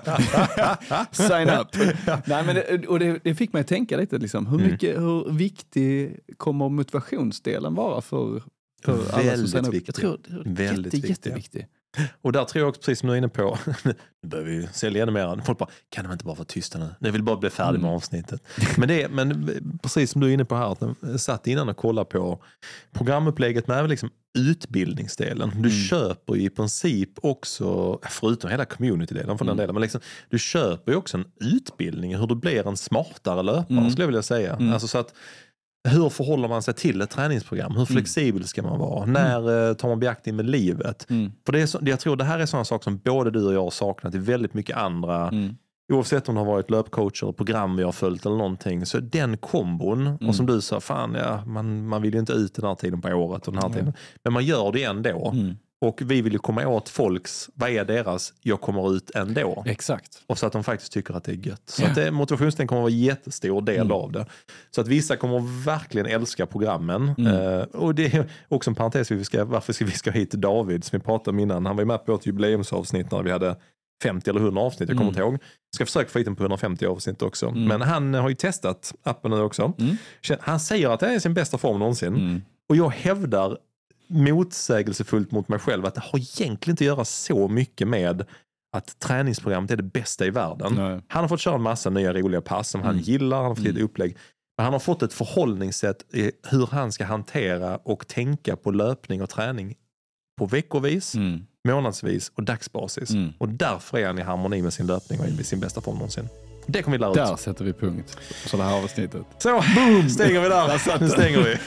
Sign up. Nej, men det, och det, det fick mig att tänka lite. Liksom, hur, mycket, mm. hur viktig kommer motivationsdelen vara för, för alla som signar upp? Jag tror det är väldigt jätte, jätteviktig. Och där tror jag också, precis som du är inne på, nu behöver vi sälja ännu mer. Folk bara, kan de inte bara vara tysta nu? Jag vill bara bli färdig med mm. avsnittet. Men, det, men precis som du är inne på här, att jag satt innan och kollade på programupplägget med liksom utbildningsdelen. Du mm. köper ju i princip också, förutom hela community-delen för mm. den delen, men liksom, du köper ju också en utbildning hur du blir en smartare löpare, mm. skulle jag vilja säga. Mm. Alltså så att hur förhåller man sig till ett träningsprogram? Hur flexibel mm. ska man vara? Mm. När eh, tar man beaktning med livet? Mm. För det är så, jag tror det här är sådana saker som både du och jag har saknat i väldigt mycket andra. Mm. Oavsett om det har varit löpcoacher eller program vi har följt eller någonting. Så den kombon, mm. och som du sa, fan ja, man, man vill ju inte ut den här tiden på året och den här mm. tiden. Men man gör det ändå. Mm. Och vi vill ju komma åt folks, vad är deras, jag kommer ut ändå. Exakt. Och så att de faktiskt tycker att det är gött. Så yeah. att det, motivationsdelen kommer att vara en jättestor del mm. av det. Så att vissa kommer verkligen älska programmen. Mm. Uh, och det är också en parentes, vi ska, varför ska vi ska hit David som vi pratade om innan. Han var med på ett jubileumsavsnitt när vi hade femtio eller hundra avsnitt, jag kommer inte mm. ihåg. Jag ska försöka få hit den på hundrafemtio avsnitt också. Mm. Men han har ju testat appen nu också. Mm. Han säger att det är sin bästa form någonsin. Mm. Och jag hävdar motsägelsefullt mot mig själv att det har egentligen inte att göra så mycket med att träningsprogrammet är det bästa i världen. Nej. Han har fått köra en massa nya roliga pass som mm. han gillar, han har fått mm. ett upplägg. Men han har fått ett förhållningssätt i hur han ska hantera och tänka på löpning och träning på veckovis, mm. månadsvis och dagsbasis. Mm. Och därför är han i harmoni med sin löpning och i sin bästa form någonsin. Det kommer vi lära där ut. Sätter vi punkt på det här avsnittet. Så, boom! Stänger vi där. Nu stänger vi.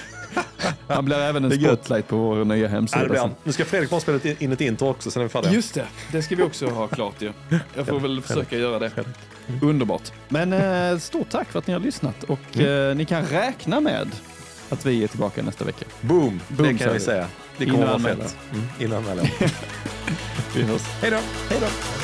Han blir även en spotlight på vår nya hemsida. Ja, nu ska Fredrik bara spela in ett intro också, sen är vi färdiga. Just det, det ska vi också ha klart ju. Jag får väl försöka göra det. Mm. Underbart. Men eh, stort tack för att ni har lyssnat. Och mm. eh, ni kan räkna med att vi är tillbaka nästa vecka. Boom, Boom det kan vi säga. Det kommer vara fett. Mm. Innan mellan. Vi hörs. Hej då. Hej då.